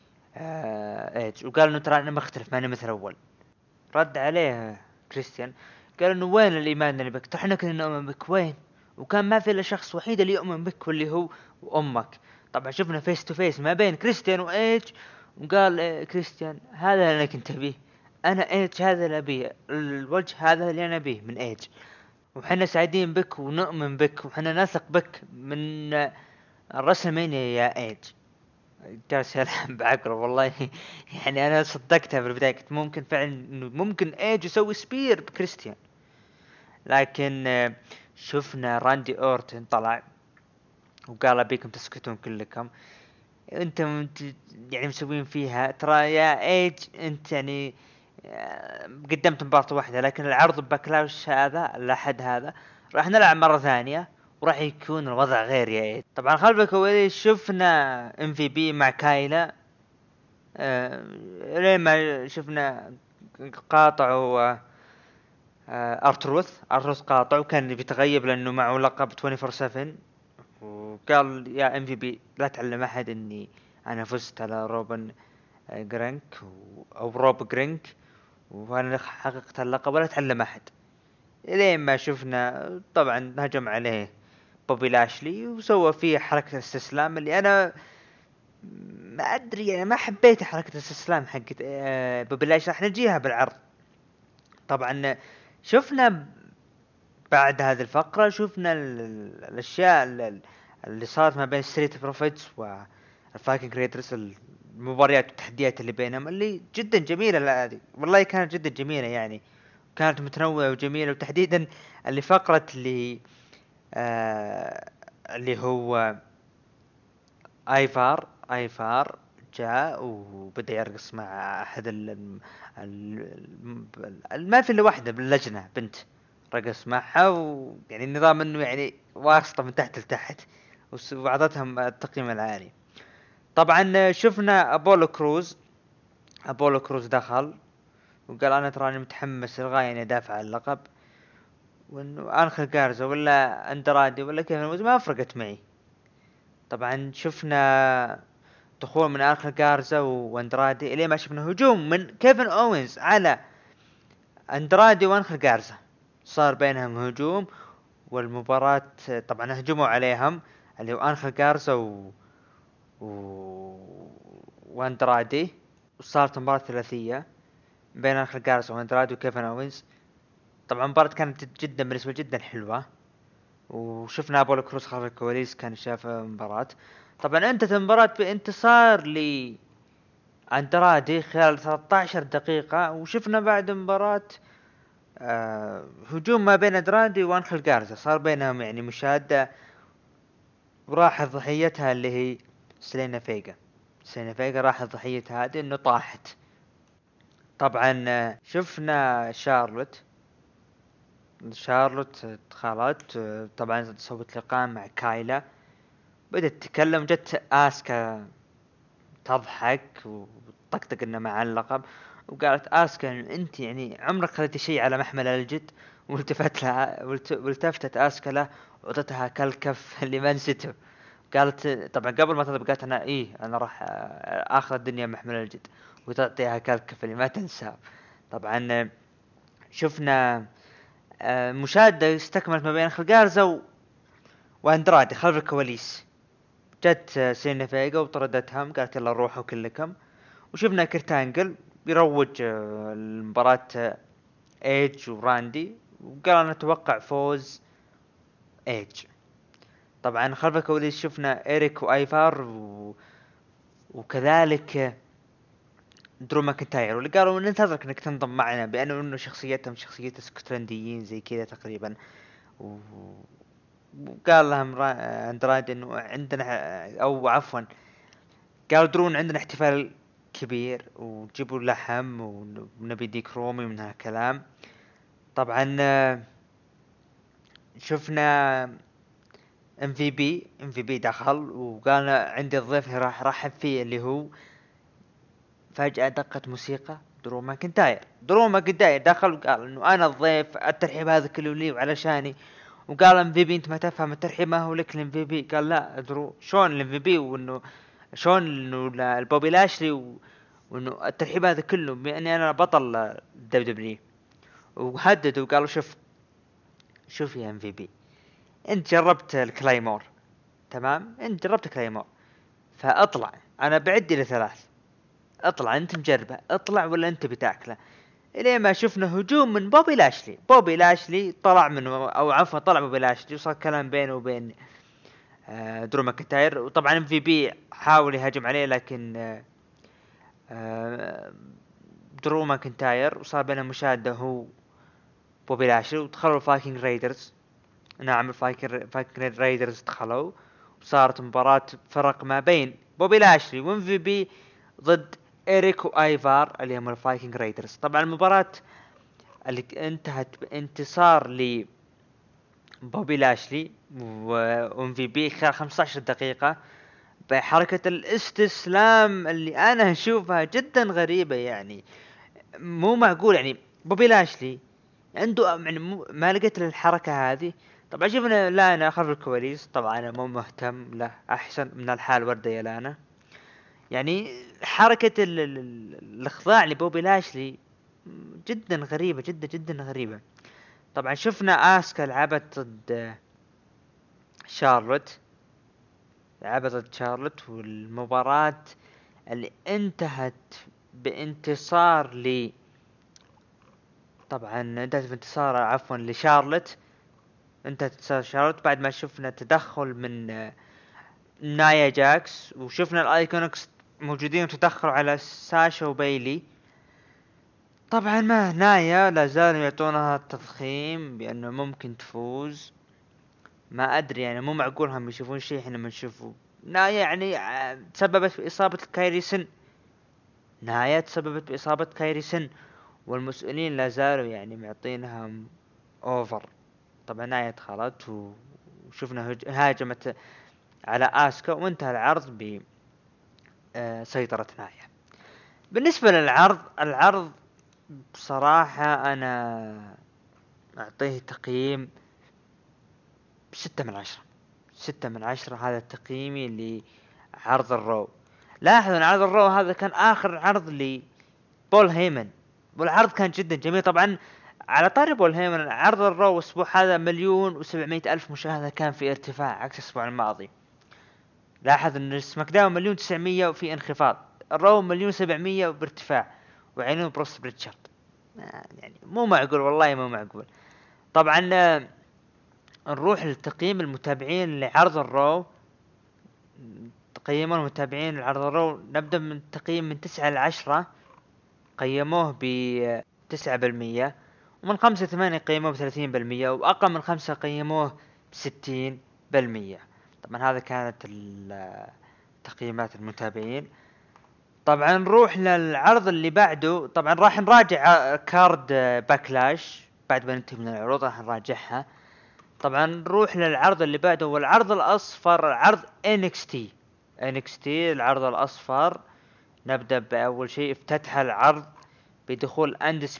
ايج. وقال انه ترى انا مختلف، ماني مثل اول. رد عليه كريستيان قال انه وين الايمان اللي بك، ترى احنا كنا نؤمن بك وين، وكان ما في الا شخص وحيد اللي يؤمن بك واللي هو امك. طبعا شفنا فيس تو فيس ما بين كريستيان وايج، وقال كريستيان هذا اللي كنت ابيه، انا ايج هذا اللي ابيه، الوجه هذا اللي انا ابيه من ايج، وحنا سعيدين بك ونؤمن بك وحنا نثق بك من الرسلمانيا يا ايج. جالس يلعب بعقرب والله. يعني انا صدقتها في البدايه، كنت ممكن فعلا انه ممكن ايج يسوي سبير بكريستيان، لكن شفنا راندي اورتن طلع وقال ابيكم تسكتون كلكم، انتم يعني مسوين فيها ترى يا ايج، انت يعني قدمت مباراة واحدة، لكن العرض بباكلاش هذا الاحد هذا راح نلعب مرة ثانية وراح يكون الوضع غير يا ايج. طبعا خلف الكواليس شفنا ام في بي مع كايلا لين ما شفنا قاطعوا ارتروث قاطع، وكان بيتغيب لانه معه لقب 24/7، وقال يا ام في بي لا تعلم احد اني انا فزت على روبن جرينك او روب جرينك وانا حققت اللقب، ولا تعلم احد. لين ما شفنا طبعا هجم عليه بوبي لاشلي وسوى فيه حركة استسلام اللي انا ما ادري، يعني ما حبيت حركة الاستسلام حقت بوبي لاشلي، راح نجيها بالعرض. طبعا شفنا بعد هذه الفقرة شفنا الأشياء اللي صارت ما بين ستريت بروفيتس والفايكنج ريدرز، المباريات والتحديات اللي بينهم اللي جدا جميلة. هذه والله كانت جدا جميلة يعني، كانت متنوعة وجميلة. وتحديدا اللي فقرة اللي هو ايفار جاء وبدأ يرقص مع احد ما في الا واحدة باللجنة بنت، رقص معها ويعني النظام انه يعني واسطة من تحت لتحت، وعطتهم التقييم العالي. طبعا شفنا ابولو كروز دخل وقال انا تراني متحمس للغاية اني ادافع عن اللقب، وانه انخل جارزا ولا اندرادي ولا كيفن ما فرقت معي. طبعا شفنا دخول من انخل جارزا واندرادي، الين ما شفنا هجوم من كيفن اوينز على اندرادي وانخل جارزا، صار بينهم هجوم. والمباراة طبعا هجموا عليهم اللي هو انخل جارزا و... واندرادي، وصارت مباراة ثلاثية بين انخل جارزا واندرادي وكيفن اوينز. طبعا المباراة كانت جدا بالنسبة جدا حلوة، وشفنا ابولو كروز خلف الكواليس كان شاف المباراة. طبعا انتهت المباراة بانتصار لاندرادي خلال 13 دقيقة. وشفنا بعد المباراة هجوم ما بين اندرادي وانخل جارزا، صار بينهم يعني مشادة، وراحت ضحيتها اللي هي سيلينا فيجا راحت ضحيتها هذه انه طاحت. طبعا شفنا شارلوت دخلت، طبعا سوت لقاء مع كايلا، بدأت تتكلم، جت اسكا تضحك وتطقطق انه مع اللقب، وقالت اسكا انت يعني عمرك خذيتي شيء على محمل الجد؟ والتفتت اسكا له وعطتها كالكف اللي ما نسيته. قالت طبعا قبل ما تضرب قالت انا راح اخذ الدنيا محمل الجد، وتعطيها كالكف اللي ما تنساه. طبعا شفنا مشاهدة استكملت ما بين خلقارزا واندرادي خلف الكواليس. جت سينا فيجا وطردتهم، قالت يلا روحوا كلكم. وشفنا كرتانجل بيروج المباراة ايج وراندي، وقال انا اتوقع فوز ايج. طبعا خلف الكواليس شفنا ايريك وايفار وكذلك درو ماكنتاير، واللي قالوا ننتظرك انك تنضم معنا، بانه انه شخصيتهم شخصية اسكتلنديين زي كذا تقريبا. وقال لهم اندرادي انه عندنا او عفوا قالوا درون عندنا احتفال كبير وجيبوا لحم ونبي ديك رومي من هالكلام. طبعا شفنا ام في بي دخل وقال عندي الضيف راح رحب فيه، اللي هو فجأة دقت موسيقى درو ماكنتاير دخل وقال انه انا الضيف، الترحيب هذا كله لي وعلشاني. وقال ام في بي انت ما تفهم الترحيب ما هو لك الام في بي. قال لا درو شلون الام في بي، وانه شلون انه البوبي لاشلي وانه الترحيب هذا كله باني انا بطل دبليو. وهدد وقالوا شوف يا ام في بي، انت جربت الكلايمور تمام، انت جربت كلايمور، فاطلع انا بعد الى 3، اطلع انت مجربه، اطلع ولا انت بتاكله. الين ما شفنا هجوم من بوبي لاشلي طلع منه، او عفوا طلع بوبي لاشلي، وصار كلام بينه وبين درو ماكنتاير. وطبعا ام في بي حاول يهاجم عليه، لكن درو ماكنتاير، وصار بينهم مشادة هو بوبي لاشلي. ودخلوا الفايكنج رايدرز، نعم الفايكنج رايدرز دخلوا، وصارت مباراة فرق ما بين بوبي لاشلي وام في بي ضد إيريك وآيفار اللي هم الفايكنج رايدرز. طبعا المباراة اللي انتهت بانتصار بوبي لاشلي وام في بي خلال 15 دقيقة بحركة الاستسلام اللي انا اشوفها جدا غريبة، يعني مو معقول. يعني بوبي لاشلي عنده يعني ما لقيت الحركة هذه. طبعا شفنا لانا خلف الكواليس، طبعا انا مو مهتم له، احسن من الحال وردة يا لانا. يعني حركة الاخضاع لبوبي لاشلي جدا غريبة، جدا غريبة. طبعا شفنا اسكا لعبت ضد شارلوت والمباراة اللي انتهت بانتصار عفوا لشارلوت انتهت شارلوت بعد ما شفنا تدخل من نايا جاكس، وشفنا الايكونكس موجودين وتدخلوا على ساشا وبايلي. طبعا ما نايا لا زالوا يعطونها التضخيم بانه ممكن تفوز. ما ادري يعني مو معقول هم يشوفون شيء احنا ما نشوفه. نايا يعني تسببت بإصابة كايري سن. نايا تسببت بإصابة كايري سن، والمسؤولين لا زالوا يعني معطينها اوفر. طبعا نايا دخلت وشفنا هاجمت على اسكا، وانتهى العرض بسيطرة نايا. بالنسبة للعرض، العرض بصراحة انا اعطيه تقييم 6/10. 6/10 هذا تقييمي لعرض الرو. لاحظ ان عرض الرو هذا كان اخر عرض لبول هيمن، والعرض كان جدا جميل. طبعا على طاري بول هيمن، عرض الرو الاسبوع هذا 1,700,000 مشاهدة، كان في ارتفاع عكس الاسبوع الماضي. لاحظ ان السماك داون 1,900,000 وفي انخفاض، الرو 1,700,000 وبارتفاع، وعينون بروس بريتشارد. يعني مو معقول، والله مو معقول. طبعا نروح لتقييم المتابعين لعرض الرو. تقييم المتابعين لعرض الرو، نبدأ من تقييم من 9 ل10 قيموه ب9%، ومن 5 ل8 قيموه ب30%، وأقل من 5 قيموه ب60%. طبعا هذا كانت تقييمات المتابعين. طبعا نروح للعرض اللي بعده. طبعا راح نراجع كارد باكلاش بعد ما ننتهي من العروض، راح نراجعها. طبعا نروح للعرض اللي بعده، والعرض الاصفر عرض NXT العرض الاصفر. نبدأ بأول شيء، افتتح العرض بدخول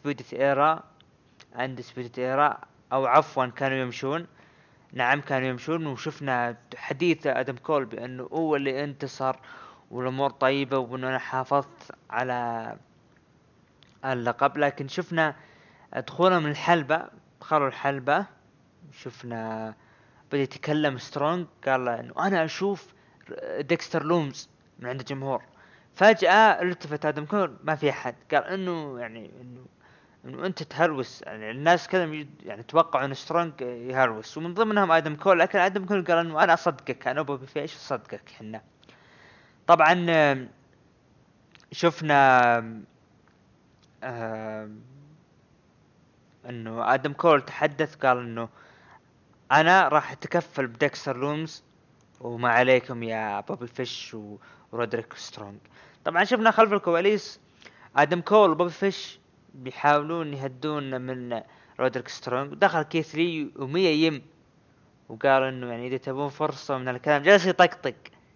Undisputed Era، او عفوا كانوا يمشون. نعم كانوا يمشون، وشفنا حديث ادم كول بانه هو اللي انتصر والامور طيبة، وانه انا حافظت على اللقب. لكن شفنا دخولهم من الحلبة، دخلوا الحلبة، شفنا بدأ يتكلم سترونج، قال انه انا اشوف ديكستر لومز من عند الجمهور. فجأة التفت ادم كول، ما في احد، قال انه يعني انه انت تهلوس. يعني الناس كذا يعني توقعوا ان سترونج يهلوس، ومن ضمنهم ادم كول. لكن ادم كول قال انه انا اصدقك، انا بوبي فيش اصدقك حنا. طبعا شفنا آم، انه ادم كول تحدث، قال انه انا راح اتكفل بديكستر لومز، وما عليكم يا بوبي فيش ورودريك سترونج. طبعا شفنا خلف الكواليس ادم كول وبوبي فيش بيحاولون يهدون من رودريك سترونج. دخل كيث لي ومية يم، وقال انه يعني اذا تبون فرصة من الكلام، جالس يطقطق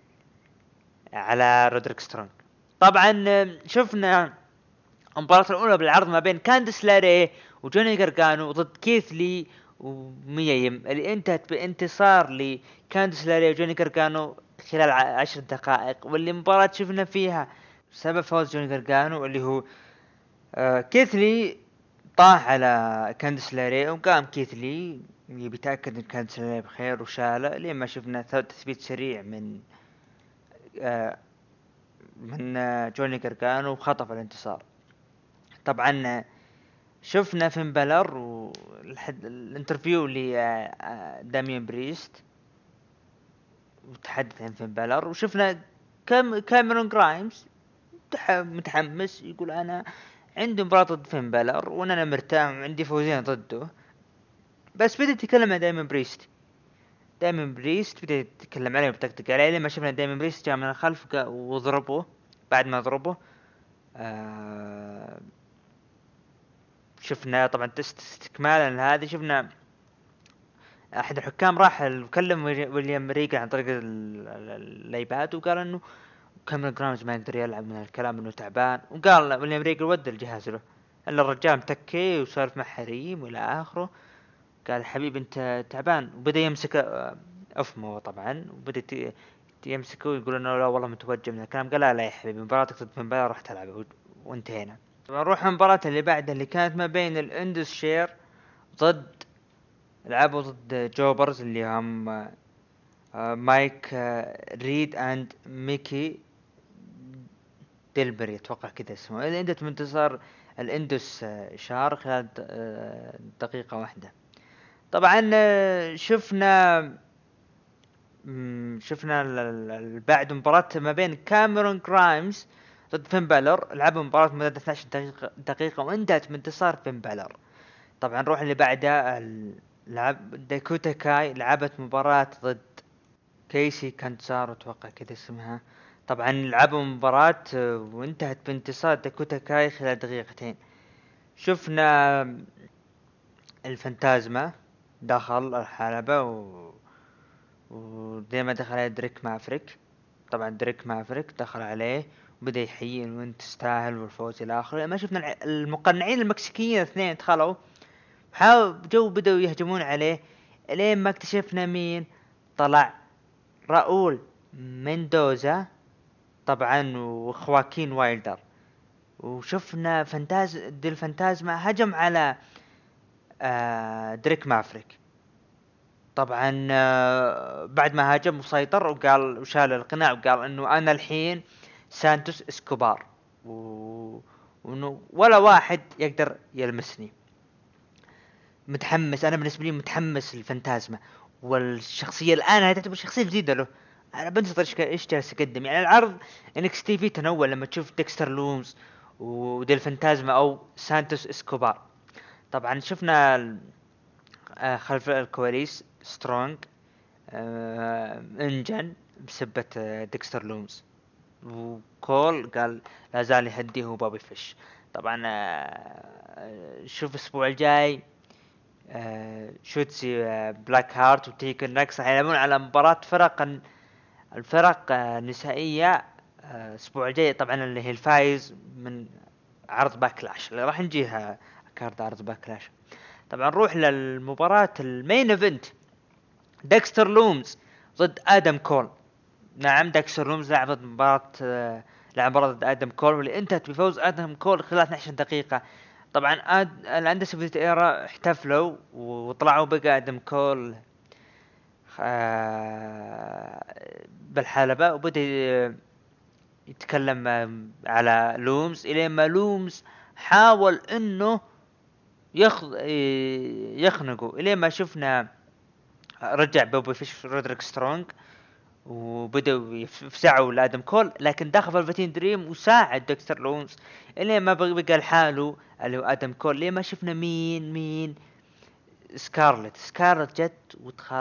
على رودريك سترونج. طبعا شفنا المباراة الأولى بالعرض ما بين كانديس لاري وجوني غارغانو ضد كيث لي وميا يم، اللي انتهت بانتصار لكانديس لاري وجوني غارغانو خلال 10 دقائق. واللي مباراة شفنا فيها سبب فوز جوني غارغانو اللي هو كيث لي طاح على كانديس لاري، وقام كيث لي بيتأكد ان كانديس لاري بخير وشاله، لين ما شفنا تثبيت سريع من جوني غارغانو وخطف الانتصار. طبعا شفنا فين بالر والانترفيو لداميان بريست، وتحدث عن فين بالر. وشفنا كاميرون جرايمز متحمس، يقول انا عندي مباراة ضد فين بالر وانا مرتاح وعندي فوزين ضده. بس بدأ يتكلم عن دايمون بريست بدأ يتكلم عليه وبتكتك عليه، لما شفنا دايمون بريست جاء من الخلف وضربه. بعد ما ضربه شفنا طبعا استكمالا لهذه، شفنا احد الحكام راح وكلم ويليام ريجل عن طريق الايباد، وقال انه كاميرون جرامز ما يقدر يلعب من الكلام انه تعبان. وقال ويليام ريجل ودى الجهاز له، الا الرجال متكي وسولف مع حريم والى اخره. قال حبيبي انت تعبان، وبدا يمسك افمه طبعا، وبدا يمسكه ويقول انه لا والله متوجه من الكلام. قال لا يا حبيبي مباراتك ضد فنبالا راح تلعب، وانتهينا. طبعا نروح المباراة اللي بعدها اللي كانت ما بين الاندوس شير ضد لعبوا ضد جوبرز اللي هم مايك ريد اند ميكي ديلبري، اتوقع كذا اسمه. اللي انتهت بانتصار الاندوس شار خلال دقيقة واحدة. طبعا شفنا بعد مباراة ما بين كاميرون جرايمز ضد فين بالر، لعبوا مباراة مدة 12 دقيقة وانتهت بانتصار فين بالر. طبعا نروح اللي بعدها، لعب داكوتا كاي لعبت مباراة ضد كيسي كانتسار اتوقع كذا اسمها. طبعا لعبوا مباراة وانتهت بانتصار داكوتا كاي خلال دقيقتين. شفنا الفانتازما دخل الحلبة وزي ما دخل عليه دريك مافريك. طبعا دريك مافريك دخل عليه وبدأ يحيي وانت تستاهل والفوز الى اخره. ما شفنا المقنعين المكسيكيين اثنين دخلوا بدأوا يهجمون عليه لين ما اكتشفنا مين طلع. راؤول ميندوزا طبعا وخواكين وايلدر. وشفنا الفانتازما هجم على دريك مافريك. طبعا بعد ما هاجم وسيطر وقال وشال القناع وقال انه انا الحين سانتوس اسكوبار وانه ولا واحد يقدر يلمسني. متحمس انا بالنسبه لي، متحمس الفانتازما والشخصيه الان هذه تعتبر شخصيه جديده له. انا بنتظر ايش جالس يقدم. يعني العرض انكس تي في تنوع لما تشوف ديكستر لومز ودي الفانتازما او سانتوس اسكوبار. طبعا شفنا خلف الكواليس سترونج انجن بسبة ديكستر لومز، وكول قال لا زال يهديه بوبي فيش. طبعا شوف الاسبوع الجاي شوتسي بلاك هارت وتيكن نكس يلعبون على مباراة الفرق النسائية الاسبوع الجاي. طبعا اللي هي الفايز من عرض باكلاش اللي راح نجيها كارد عرض باكلاش. طبعا نروح للمباراة المين ايفنت، ديكستر لومز ضد ادم كول. نعم ديكستر لومز لعب مباراة ضد ادم كول واللي انتهت بفوز ادم كول خلال 12 دقيقة. طبعا الاندسبيوتد ايرا احتفلوا وطلعوا بقى ادم كول بالحلبة وبدأ يتكلم على لومز الى ما لومز حاول انه يخنقوا الى ما شفنا رجع بوبي فيش رودريك سترونج وبدأوا يفزعوا لادم كول، لكن دخل فالفتين دريم وساعد دكتور لونز اللي ما بقى لحاله اللي هو ادم كول. ليه ما شفنا مين سكارلت جت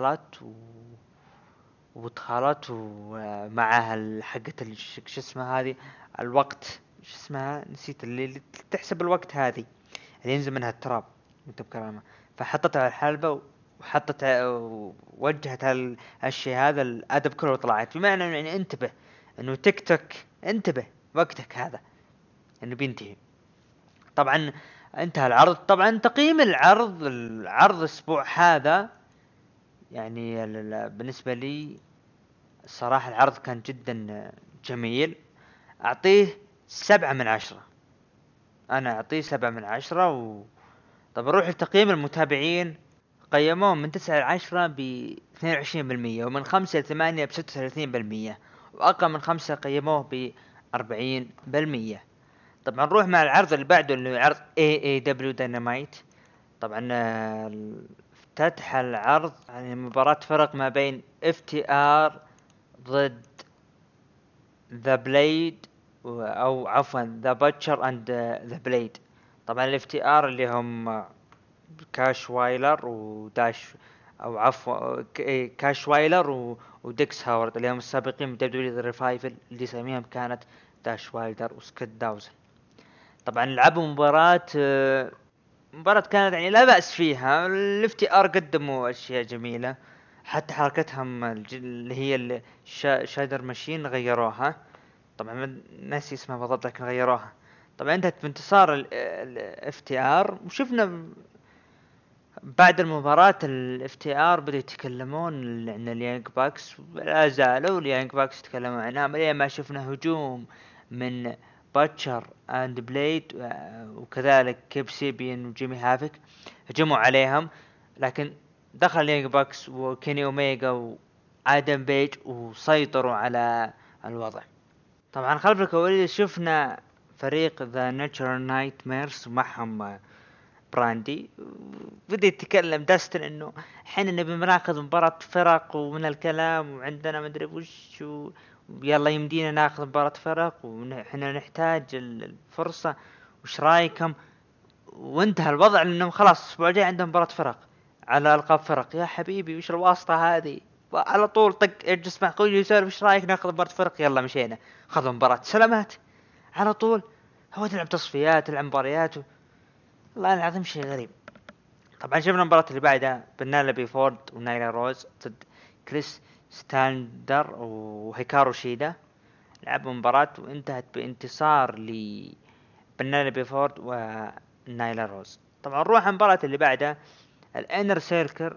ودخلت ومعها حقة شو اسمها هذه الوقت، شو اسمها نسيت، اللي تحسب الوقت هذه اللي ينزل منها التراب انت بكرامة. فحطتها على الحلبة وحطت وجهت هالشيء هذا الادب كله طلعت. بمعنى يعني انتبه انه تيك توك انتبه وقتك هذا انه بينتهي. طبعا انتهى العرض. طبعا تقييم العرض الاسبوع هذا يعني بالنسبة لي الصراحة العرض كان جدا جميل. اعطيه 7/10. انا اعطيه 7/10 طب نروح لتقييم المتابعين. قيموه من 9 ل10 ب22%، ومن 5 ل8 ب36%، وأقل من 5 قيموه ب40%. طبعا نروح مع العرض اللي بعده اللي عرض AAW Dynamite. طبعا افتتح العرض يعني مباراة فرق ما بين FTR ضد The Blade أو عفوا The Butcher and The Blade. طبعا FTR اللي هم كاش وايلر وداش او عفوا كاش وايلر وديكس هاورد اللي هم السابقين من دبليو ريفايفل اللي سميهم كانت داش وايلر وسكوت داوزن. طبعا لعبوا مباراة كانت يعني لا بأس فيها. الافتي ار قدموا اشياء جميلة، حتى حركتهم اللي هي شادر ماشين غيروها. طبعا ناسي اسمها بالضبط لكن غيروها. طبعا انتهت بانتصار الافتي ار. وشفنا بعد المباراة الاف تي ار بدأوا يتكلمون عن اليانج باكس، لا زالوا اليانج باكس يتكلمون عنها. ليه ما شفنا هجوم من باتشر اند بليد وكذلك كيب سيبين وجيمي هافك هجموا عليهم، لكن دخل اليانج باكس وكيني اوميجا وادم بيج وسيطروا على الوضع. طبعا خلف الكواليس شفنا فريق ذا ناتشورال نايت ميرز معهم براندي، بدأ يتكلم داستن انه حين نبي ناخذ مباراة فرق ومن الكلام وعندنا مدري وش يلا يمدينا ناخذ مباراة فرق وحنا نحتاج الفرصة، وش رايكم؟ وانتهى الوضع لانهم خلاص الاسبوع الجاي عندهم مباراة فرق على القاب فرق. يا حبيبي وش الواسطة هذه؟ على طول طق اجلس مع خوي يسولف وش رايك ناخذ مباراة فرق، يلا مشينا خذوا مباراة سلامات على طول. هو تلعب تصفيات تلعب مباريات والله العظيم شيء غريب. طبعا شفنا المباراة اللي بعدها بنالا بيفورد ونايلا روز ضد كريس ستاندر وهيكارو شيدا. لعبوا مباراة وانتهت بانتصار لبنالا بيفورد ونايلا روز. طبعا نروح المباراة اللي بعدها الانر سيركر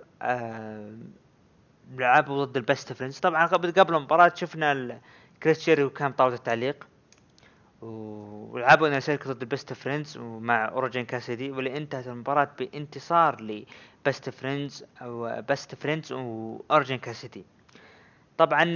لعبوا ضد البست فريندز. طبعا قبل المباراة شفنا كريس شيري وكان طاولة التعليق، ولعبوا انر سيركل ضد البست فريندز ومع اوريجين كاسيدي، واللي انتهت المباراة بانتصار لبست فريندز او بست فريندز واوريجين كاسيدي. طبعا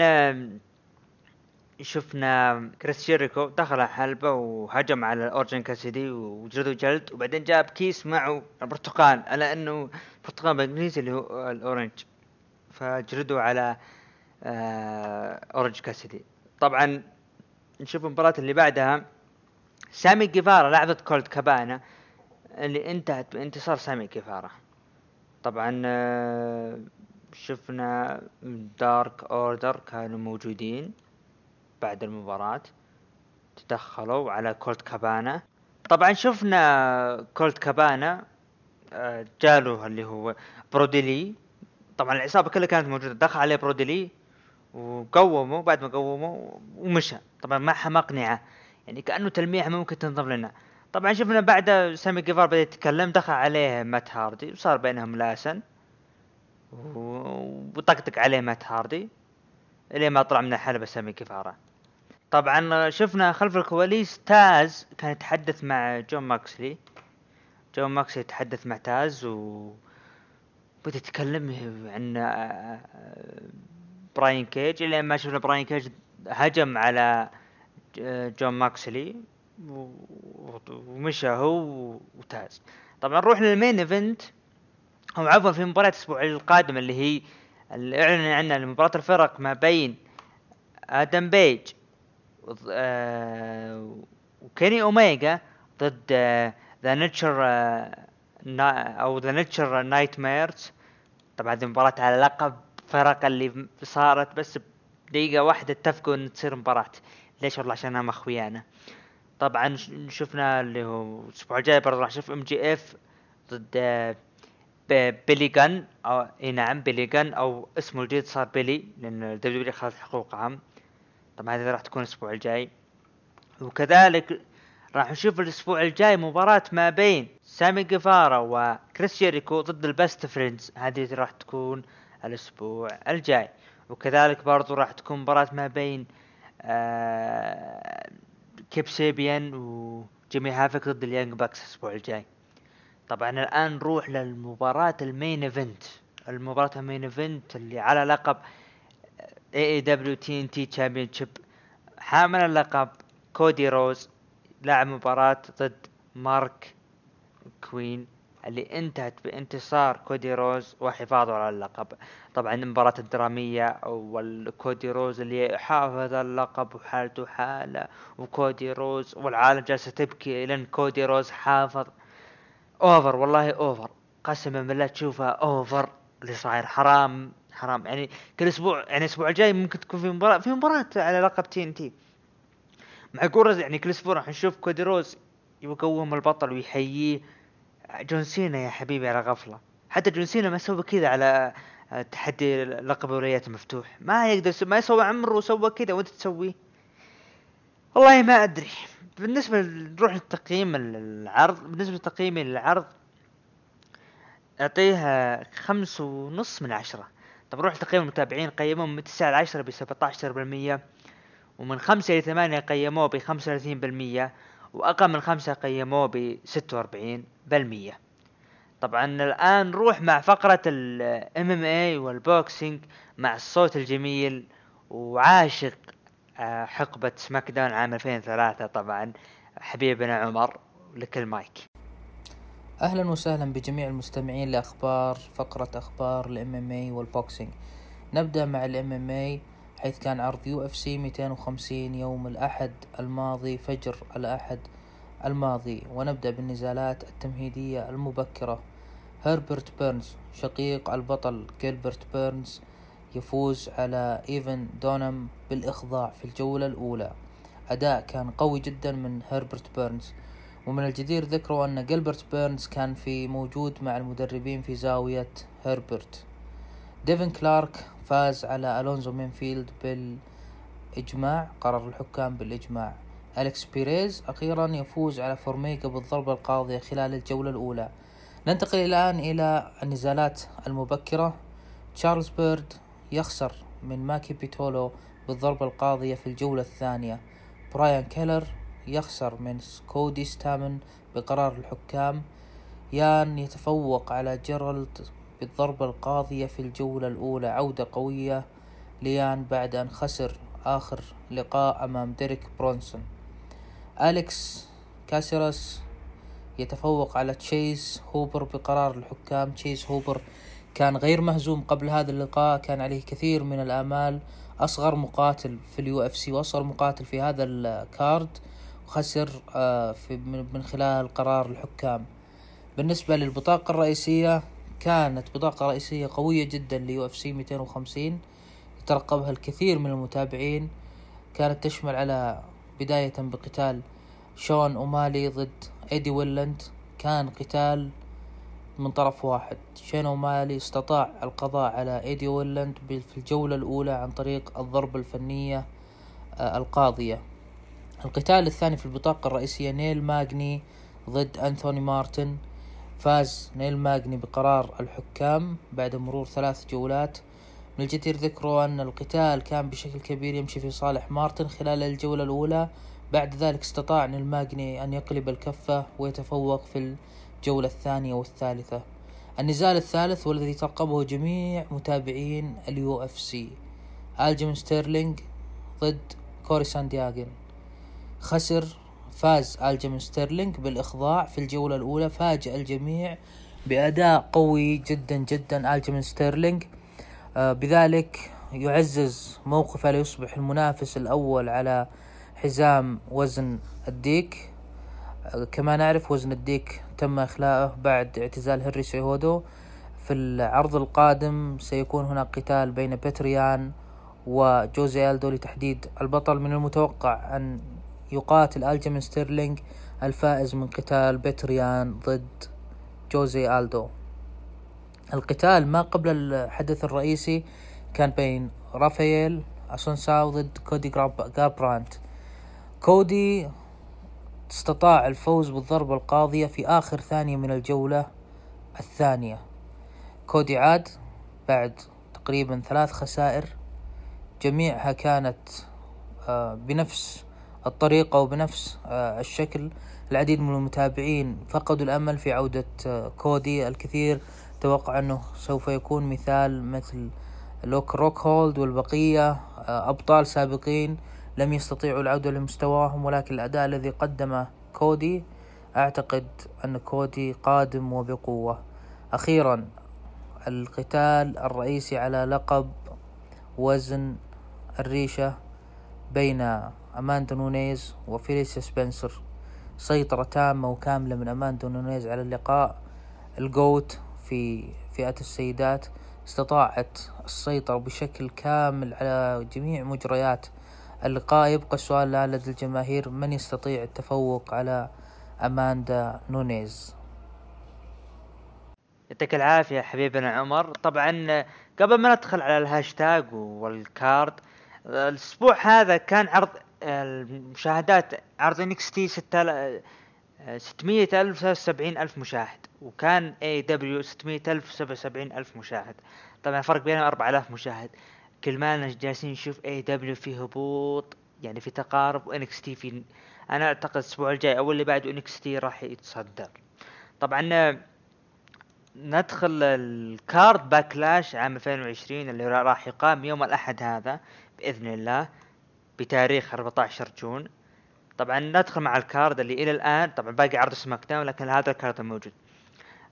شفنا كريس شيريكو دخل حلبة وهجم على اوريجين كاسيدي وجلده جلد، وبعدين جاب كيس معه البرتقال على انه برتقال بالانجليزي اللي هو الاورنج، فجلدوا على اورينج كاسيدي. طبعا نشوف المباراة اللي بعدها سامي جيفارا لعبت كولت كابانا اللي انتهت بانتصار سامي جيفارا. طبعا شفنا دارك اوردر كانوا موجودين بعد المباراة تدخلوا على كولت كابانا. طبعا شفنا كولت كابانا جاله اللي هو بروديلي. طبعا العصابة كلها كانت موجودة، دخل عليه بروديلي وقوموا، بعد ما قوموا ومشى. طبعا معها مقنعة يعني كأنه تلميح ممكن تنضم لنا. طبعا شفنا بعد سامي جيفار بدأ يتكلم، دخل عليه مات هاردي وصار بينهم لاسن وطقطق عليه مات هاردي إلى ما طلع من الحلبة سامي جيفارا. طبعا شفنا خلف الكواليس تاز كان يتحدث مع جون ماكسلي يتحدث مع تاز بدأ يتكلم عن براين كيج، إلى ما شفنا براين كيج هجم على جون ماكسلي ومشى هو وتاز. طبعا نروح للمين ايفنت، هم عفوا في مباراة الاسبوع القادم اللي هي اللي اعلن عنها مباراة الفرق ما بين ادم بيج وكيني اوميجا ضد ذا نيتشر او ذا نيتشر نايت ميرز. طبعا هذه مباراة على لقب فرق اللي صارت بس دقيقة واحدة اتفقوا ان تصير مباراة. ليش؟ والله عشان انا اخويانا. طبعا شفنا اللي هو الاسبوع الجاي برضه راح نشوف ام جي اف ضد بيلي جان، او اي نعم بيلي جان او اسمه الجديد صار بيلي لان دبليو خذت حقوقهم. طبعا هذه راح تكون الاسبوع الجاي. وكذلك راح نشوف الاسبوع الجاي مباراة ما بين سامي جيفارا وكريس جيريكو ضد البست فريندز، هذه راح تكون الاسبوع الجاي. وكذلك برضو راح تكون مباراة ما بين كيب سيبيان وجيمي هافك ضد اليانج باكس الاسبوع الجاي. طبعا الان نروح للمباراة المين ايفنت، المباراة المين ايفنت اللي على لقب AEW TNT Championship. حامل اللقب كودي روز لعب مباراة ضد مارك كوين اللي انتهت بانتصار كودي روز وحفاظه على اللقب. طبعا المباراة الدرامية والكودي روز اللي حافظ اللقب وحالته حالة، وكودي روز والعالم جالسة تبكي لان كودي روز حافظ. اوفر والله اوفر، قسما بالله تشوفها اوفر اللي صاير. حرام يعني كل اسبوع، يعني الاسبوع الجاي ممكن تكون في مباراة على لقب TNT معقول. يعني كل اسبوع راح نشوف كودي روز يقوم البطل ويحييه. جون سينا يا حبيبي على غفلة، حتى جون سينا ما سوى كذا على تحدي لقب الولايات المفتوح، ما يقدر ما يسوي عمره وسوى كذا وانت تسويه. والله ما ادري. بالنسبة نروح للتقييم العرض، بالنسبة لتقييمي للعرض اعطيها 5.5/10. طب نروح لتقييم المتابعين، قيموه من 9 ل10 ب17%، ومن 5 ل8 قيموه ب35%، واقل من 5 قيموه ب46%. طبعا الان نروح مع فقرة ال MMA والبوكسينج مع الصوت الجميل وعاشق حقبة سماك داون عام 2003 طبعا حبيبنا عمر، لك المايك. أهلا وسهلا بجميع المستمعين لأخبار فقرة أخبار ال MMA والبوكسينج. نبدأ مع ال MMA، حيث كان عرض UFC 250 يوم الأحد الماضي فجر الأحد الماضي، ونبدأ بالنزالات التمهيدية المبكرة. هربرت بيرنز شقيق البطل جيلبرت بيرنز يفوز على إيفن دونم بالإخضاع في الجولة الأولى. أداء كان قوي جدا من هربرت بيرنز، ومن الجدير ذكره أن جيلبرت بيرنز كان موجود مع المدربين في زاوية هربرت. ديفن كلارك فاز على ألونزو مينفيلد بالإجماع، قرر الحكام بالإجماع. أليكس بيريز أخيرا يفوز على فورميكا بالضربة القاضية خلال الجولة الأولى. ننتقل الآن إلى النزالات المبكرة. تشارلز بيرد يخسر من ماكي بيتولو بالضربة القاضية في الجولة الثانية. برايان كيلر يخسر من كودي ستامن بقرار الحكام. يان يتفوق على جيرالد بالضربة القاضية في الجولة الأولى، عودة قوية ليان بعد أن خسر آخر لقاء أمام ديريك برونسون. أليكس كاسيراس يتفوق على تشيس هوبر بقرار الحكام. تشيس هوبر كان غير مهزوم قبل هذا اللقاء، كان عليه كثير من الآمال، أصغر مقاتل في UFC وأصغر مقاتل في هذا الكارد، خسر من خلال قرار الحكام. بالنسبة للبطاقة الرئيسية، كانت بطاقة رئيسية قوية جدا UFC 250 يترقبها الكثير من المتابعين. كانت تشمل على بداية بقتال شون أومالي ضد إيدي ويلاند. كان قتال من طرف واحد. شون أومالي استطاع القضاء على إيدي ويلاند في الجولة الأولى عن طريق الضربة الفنية القاضية. القتال الثاني في البطاقة الرئيسية نيل ماغني ضد أنثوني مارتن. فاز نيل ماغني بقرار الحكام بعد مرور 3 جولات. من الجدير ذكره أن القتال كان بشكل كبير يمشي في صالح مارتن خلال الجولة الأولى، بعد ذلك استطاع نيل ماغني أن يقلب الكفة ويتفوق في الجولة الثانية والثالثة. النزال الثالث والذي ترقبه جميع متابعين UFC، ألجيم ستيرلينج ضد كوري ساندياغن. فاز ألجيم ستيرلينج بالإخضاع في الجولة الأولى، فاجأ الجميع بأداء قوي جدا جدا ألجيم ستيرلينج، بذلك يعزز موقفه ليصبح المنافس الأول على حزام وزن الديك. كما نعرف وزن الديك تم إخلاءه بعد اعتزال هنري سيهودو. في العرض القادم سيكون هناك قتال بين بيتريان وجوزي ألدو لتحديد البطل. من المتوقع أن يقاتل ألجيم ستيرلينج الفائز من قتال بيتريان ضد جوزي ألدو. القتال ما قبل الحدث الرئيسي كان بين رافائيل أسونساو ضد كودي غاربرانت. كودي استطاع الفوز بالضربة القاضية في آخر ثانية من الجولة الثانية. كودي عاد بعد تقريبا 3 خسائر، جميعها كانت بنفس الطريقة وبنفس الشكل. العديد من المتابعين فقدوا الأمل في عودة كودي. الكثير توقع أنه سوف يكون مثل روك هولد والبقية أبطال سابقين لم يستطيعوا العودة لمستواهم، ولكن الأداء الذي قدمه كودي أعتقد أن كودي قادم وبقوة. أخيرا القتال الرئيسي على لقب وزن الريشة بين أماندا نونيز وفيليسيا سبنسر. سيطرة تامة وكاملة من أماندا نونيز على اللقاء. الجوت في فئة السيدات استطاعت السيطرة بشكل كامل على جميع مجريات اللقاء. يبقى السؤال الآن لدى الجماهير: من يستطيع التفوق على أماندا نونيز؟ يعطيك العافية حبيبنا عمر. طبعا قبل ما ندخل على الهاشتاج والكارد، الأسبوع هذا كان عرض المشاهدات، عرض NXT 600,000 مشاهد، وكان AEW 600,000 مشاهد. طبعا فرق بينهم 4,000 مشاهد. كل ما جالسين نشوف AEW فيه هبوط، يعني في تقارب، و NXT في، أنا أعتقد الأسبوع الجاي أو اللي بعده NXT راح يتصدر. طبعا ندخل الكارد باكلاش عام 2020 اللي راح يقام يوم الأحد هذا بإذن الله بتاريخ 14 جون. طبعا ندخل مع الكارد اللي إلى الآن، طبعا باقي عرض سماك داون، لكن هذا الكارد الموجود.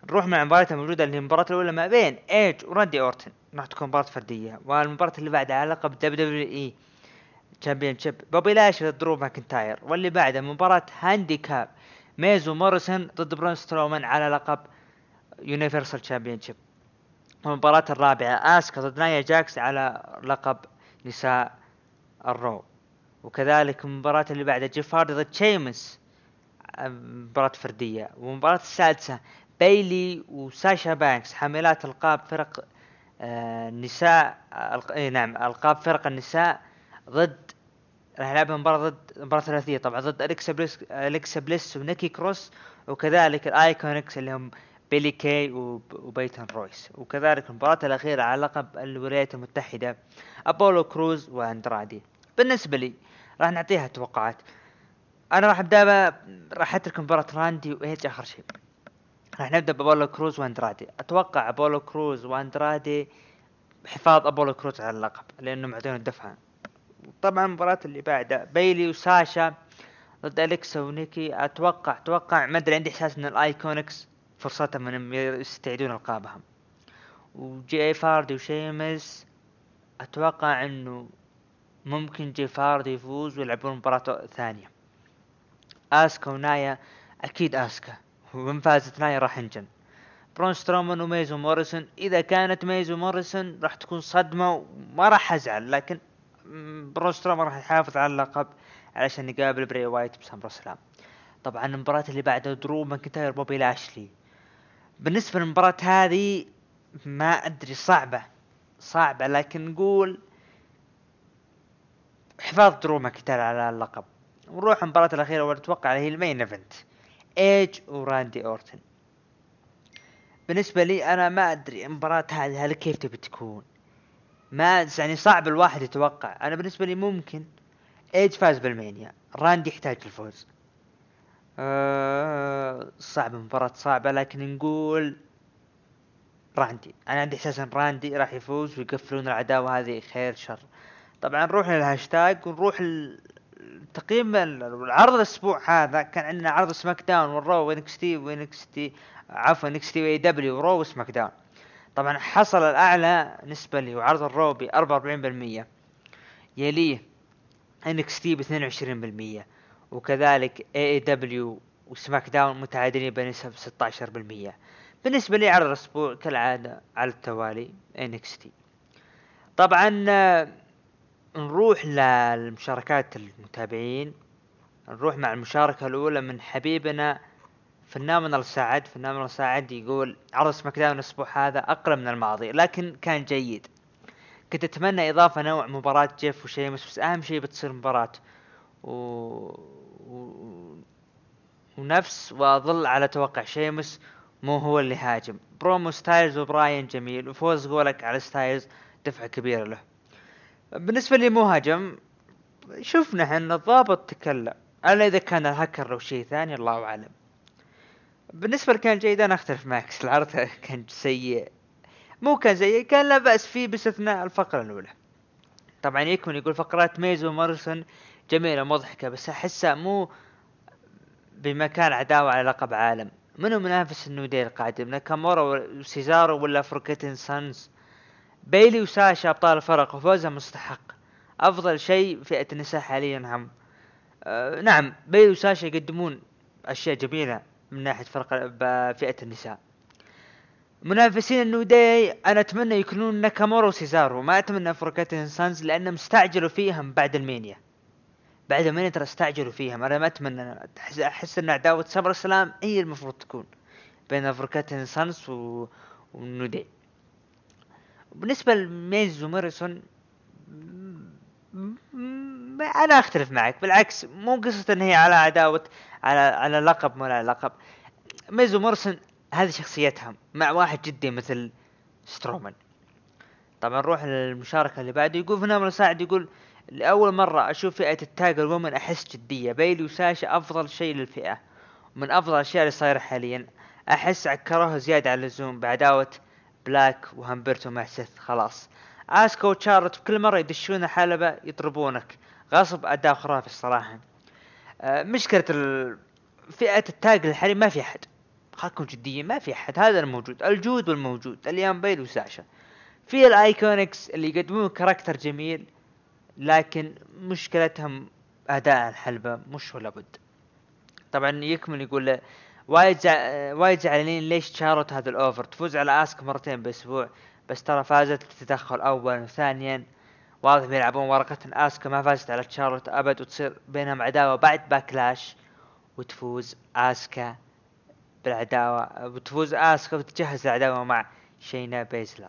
نروح مع المباراة الموجودة اللي هي المباراة الأولى ما بين ايج وراندي اورتن، راح تكون مباراة فردية. والمباراة اللي بعدها على لقب WWE تشامبيونشيب بوبي لاشلي ضد درو ماكنتاير. واللي بعدها مباراة هانديكاب ميز وموريسون ضد برون سترومان على لقب يونيفرسال تشامبيونشيب. والمباراة الرابعة آسكا ضد نايا جاكس على لقب نساء الرو. وكذلك المباراة اللي بعدها جيف هاردي ضد شيمس مباراة فردية. والمباراة السادسة بايلي وساشا بانكس حاملات القاب فرق النساء نعم القاب فرق النساء ضد راح يلعبها مباراة ثلاثية طبعا ضد أليكسا بليس ونيكي كروس، وكذلك الآيكونكس اللي هم بيلي كي وبيتن رويس. وكذلك المباراة الأخيرة على لقب الولايات المتحدة أبولو كروز وأندرادي. بالنسبة لي راح نعطيها توقعات. أنا راح أترك مباراة راندي وإيج آخر شيء. راح نبدأ بأبولو كروز وأندرادي. أتوقع أبولو كروز وأندرادي حفاظ أبولو كروز على اللقب لأنه معطينه الدفعة. طبعا المباراة اللي بعدها بيلي وساشا ضد أليكسا ونيكي. أتوقع ما أدري، عندي إحساس إن الآيكونكس فرصتهم إنهم يستعيدون ألقابهم. وجيف هاردي وشيمس أتوقع إنه ممكن جيف هاردي يفوز ويلعبون مباراة ثانية. آسكا ونايا أكيد آسكا، ومن فازت نايا راح ينجن. برون سترومان وميزو موريسون، إذا كانت ميزو موريسون راح تكون صدمة وما راح أزعل، لكن برون سترومان راح يحافظ على اللقب علشان يقابل بري وايت بسمر سلام. طبعا المباراة اللي بعدها درو ماكنتاير بوبي لاشلي. بالنسبة للمباراة هذه ما أدري، صعبة لكن نقول حفاظ درو ماكنتاير على اللقب. ونروح المباراة الأخيرة ونتوقع هي المين ايفنت ايج وراندي اورتن. بالنسبة لي أنا ما أدري المباراة هذه كيف تبي تكون، ما يعني صعب الواحد يتوقع. أنا بالنسبة لي ممكن ايج فاز بالمانيا، راندي يحتاج الفوز. صعب، مباراة صعبة، لكن نقول راندي. أنا عندي إحساس إن راندي راح يفوز ويقفلون العداوة هذه خير شر. طبعا نروح للهاشتاج ونروح تقييم العرض الأسبوع هذا. كان عندنا عرض سماك داون والرو ونكستي عفوا نكستي واي دبليو ورو وسماك داون. طبعا حصل الأعلى نسبة لي وعرض الرو ب 44%، يليه NXT ب 22%، وكذلك AEW وسماك داون متعادلين بنسب 16%. بالنسبة لي عرض الأسبوع كالعادة على التوالي NXT. طبعا نروح للمشاركات المتابعين. نروح مع المشاركة الأولى من حبيبنا فنان سعد يقول عرض سماك داون الأسبوع هذا أقل من الماضي لكن كان جيد. كنت أتمنى إضافة نوع مباراة جيف وشيمس، بس أهم شيء بتصير مباراة ونفس وأظل على توقع شيمس مو هو اللي هاجم. برومو ستايلز وبراين جميل، وفوز قولك على ستايلز دفعة كبيرة له. بالنسبة لي مو هاجم، شفنا ان الضابط تكلم، الا اذا كان الهكر لو شيء ثاني الله اعلم. بالنسبة لكان جيد انا اختلف معك، العرض كان سيء، مو كان سيء، كان لا بأس فيه باستثناء الفقرة الاولى. طبعا يكمن يقول فقرات ميزو ومارسون جميلة مضحكة، بس احسها مو بمكان عداوة على لقب عالم. منو منافس النودي القادم؟ ناكامورا وسيزارو ولا فوركيتن سانز؟ بايلي وساشا ابطال الفرق وفوزها مستحق. افضل شيء فئة النساء حاليا هم نعم بايلي وساشا يقدمون اشياء جميلة من ناحية فرق فئة النساء. منافسين النودي انا اتمنى يكونون ناكامورا وسيزارو، ما اتمنى فوركيتن سانز لانهم استعجلوا فيهم بعد المانيا ترى استعجلوا فيهم. انا ما اتمنى، احس ان عداوة سمر السلام هي المفروض تكون بين فوركيتن سانز والنودي. بالنسبة لميز وماريسون انا اختلف معك، بالعكس مو قصة ان هي على عداوة على لقب ولا لقب. ميز وماريسون هذه شخصيتهم مع واحد جدي مثل سترومان. طبعا نروح للمشاركة اللي بعده. يقول فنان سعد يقول لأول مرة أشوف فئة التاجر وومن أحس جدية. بايلي وساشا أفضل شيء للفئة ومن أفضل الأشياء اللي صايرة حاليا. أحس عكروها زيادة على اللزوم بعداوة بلاك وهمبرتو مع سيث. خلاص آسكا وشارلوت كل مرة يدشون الحلبة يضربونك غصب، أداء خرافي الصراحة. مشكلة فئة التاج الحالي ما في أحد خلكم جديين، ما في أحد، هذا الموجود، الجود والموجود، اليان بيل وساشا. في الايكونكس اللي يقدمون كاركتر جميل، لكن مشكلتهم اداء الحلبة مش ولا بد. طبعا يكمل يقول وايد زعلانين ليش شارت هذا الاوفر تفوز على اسك مرتين باسبوع، بس ترى فازت بتدخل اول وثانيا، واضح بيلعبون ورقة اسك ما فازت على شارلوت ابد، وتصير بينهم عداوة بعد باكلاش، وتفوز اسكا بالعداوة، وتفوز اسكا وتجهز العداوة مع شينا بيزلر.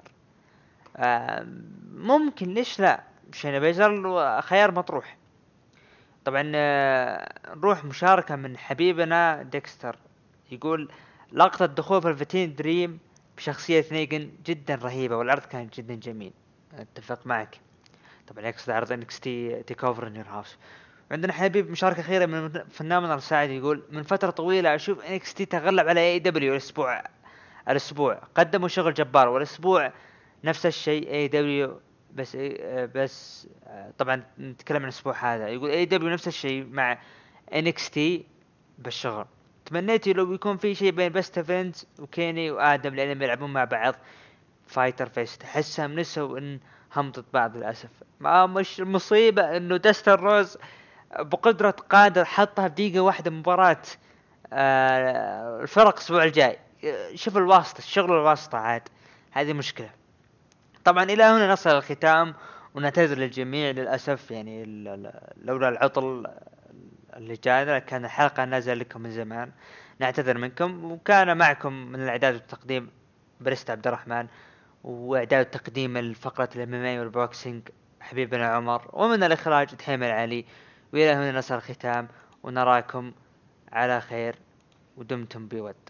ممكن، ليش لا، شينا بيزلر خيار مطروح. طبعا نروح مشاركة من حبيبنا ديكستر، يقول لقطة دخول في الفتين دريم بشخصية نيجن جدا رهيبة، والعرض كان جدا جميل. اتفق معك. طبعا يقصد عرض انكستي تيك اوفر نير هاوس. عندنا حبيب مشاركة أخيرة من فنان السعيد، يقول من فترة طويلة أشوف انكستي تغلب على اي دبليو الأسبوع قدموا شغل جبار، والأسبوع نفس الشيء اي دبليو، بس طبعا نتكلم عن الأسبوع هذا. يقول اي دبليو نفس الشيء مع انكستي بالشغل. تمنيت لو يكون في شيء بين بيست فينز وكيني وآدم، لأنهم يلعبون مع بعض فايتر فيست. أحسهم نسوا إن هم ضد بعض للأسف. ما مش المصيبة إنه داستر روز بقدرة قادر حطها بدقيقة واحدة مباراة الفرق الأسبوع الجاي. شوف الواسطة، الشغل الواسطة عاد، هذه مشكلة. طبعا إلى هنا نصل الختام، ونعتذر للجميع للأسف، يعني لولا العطل اللي جانا كان الحلقة نازل لكم من زمان، نعتذر منكم. وكان معكم من الإعداد والتقديم بريست عبد الرحمن، وإعداد تقديم الفقرة الMMA والبوكسينج حبيبنا عمر، ومن الإخراج دحيم العلي. وإلى هنا نصل الختام، ونراكم على خير، ودمتم بود.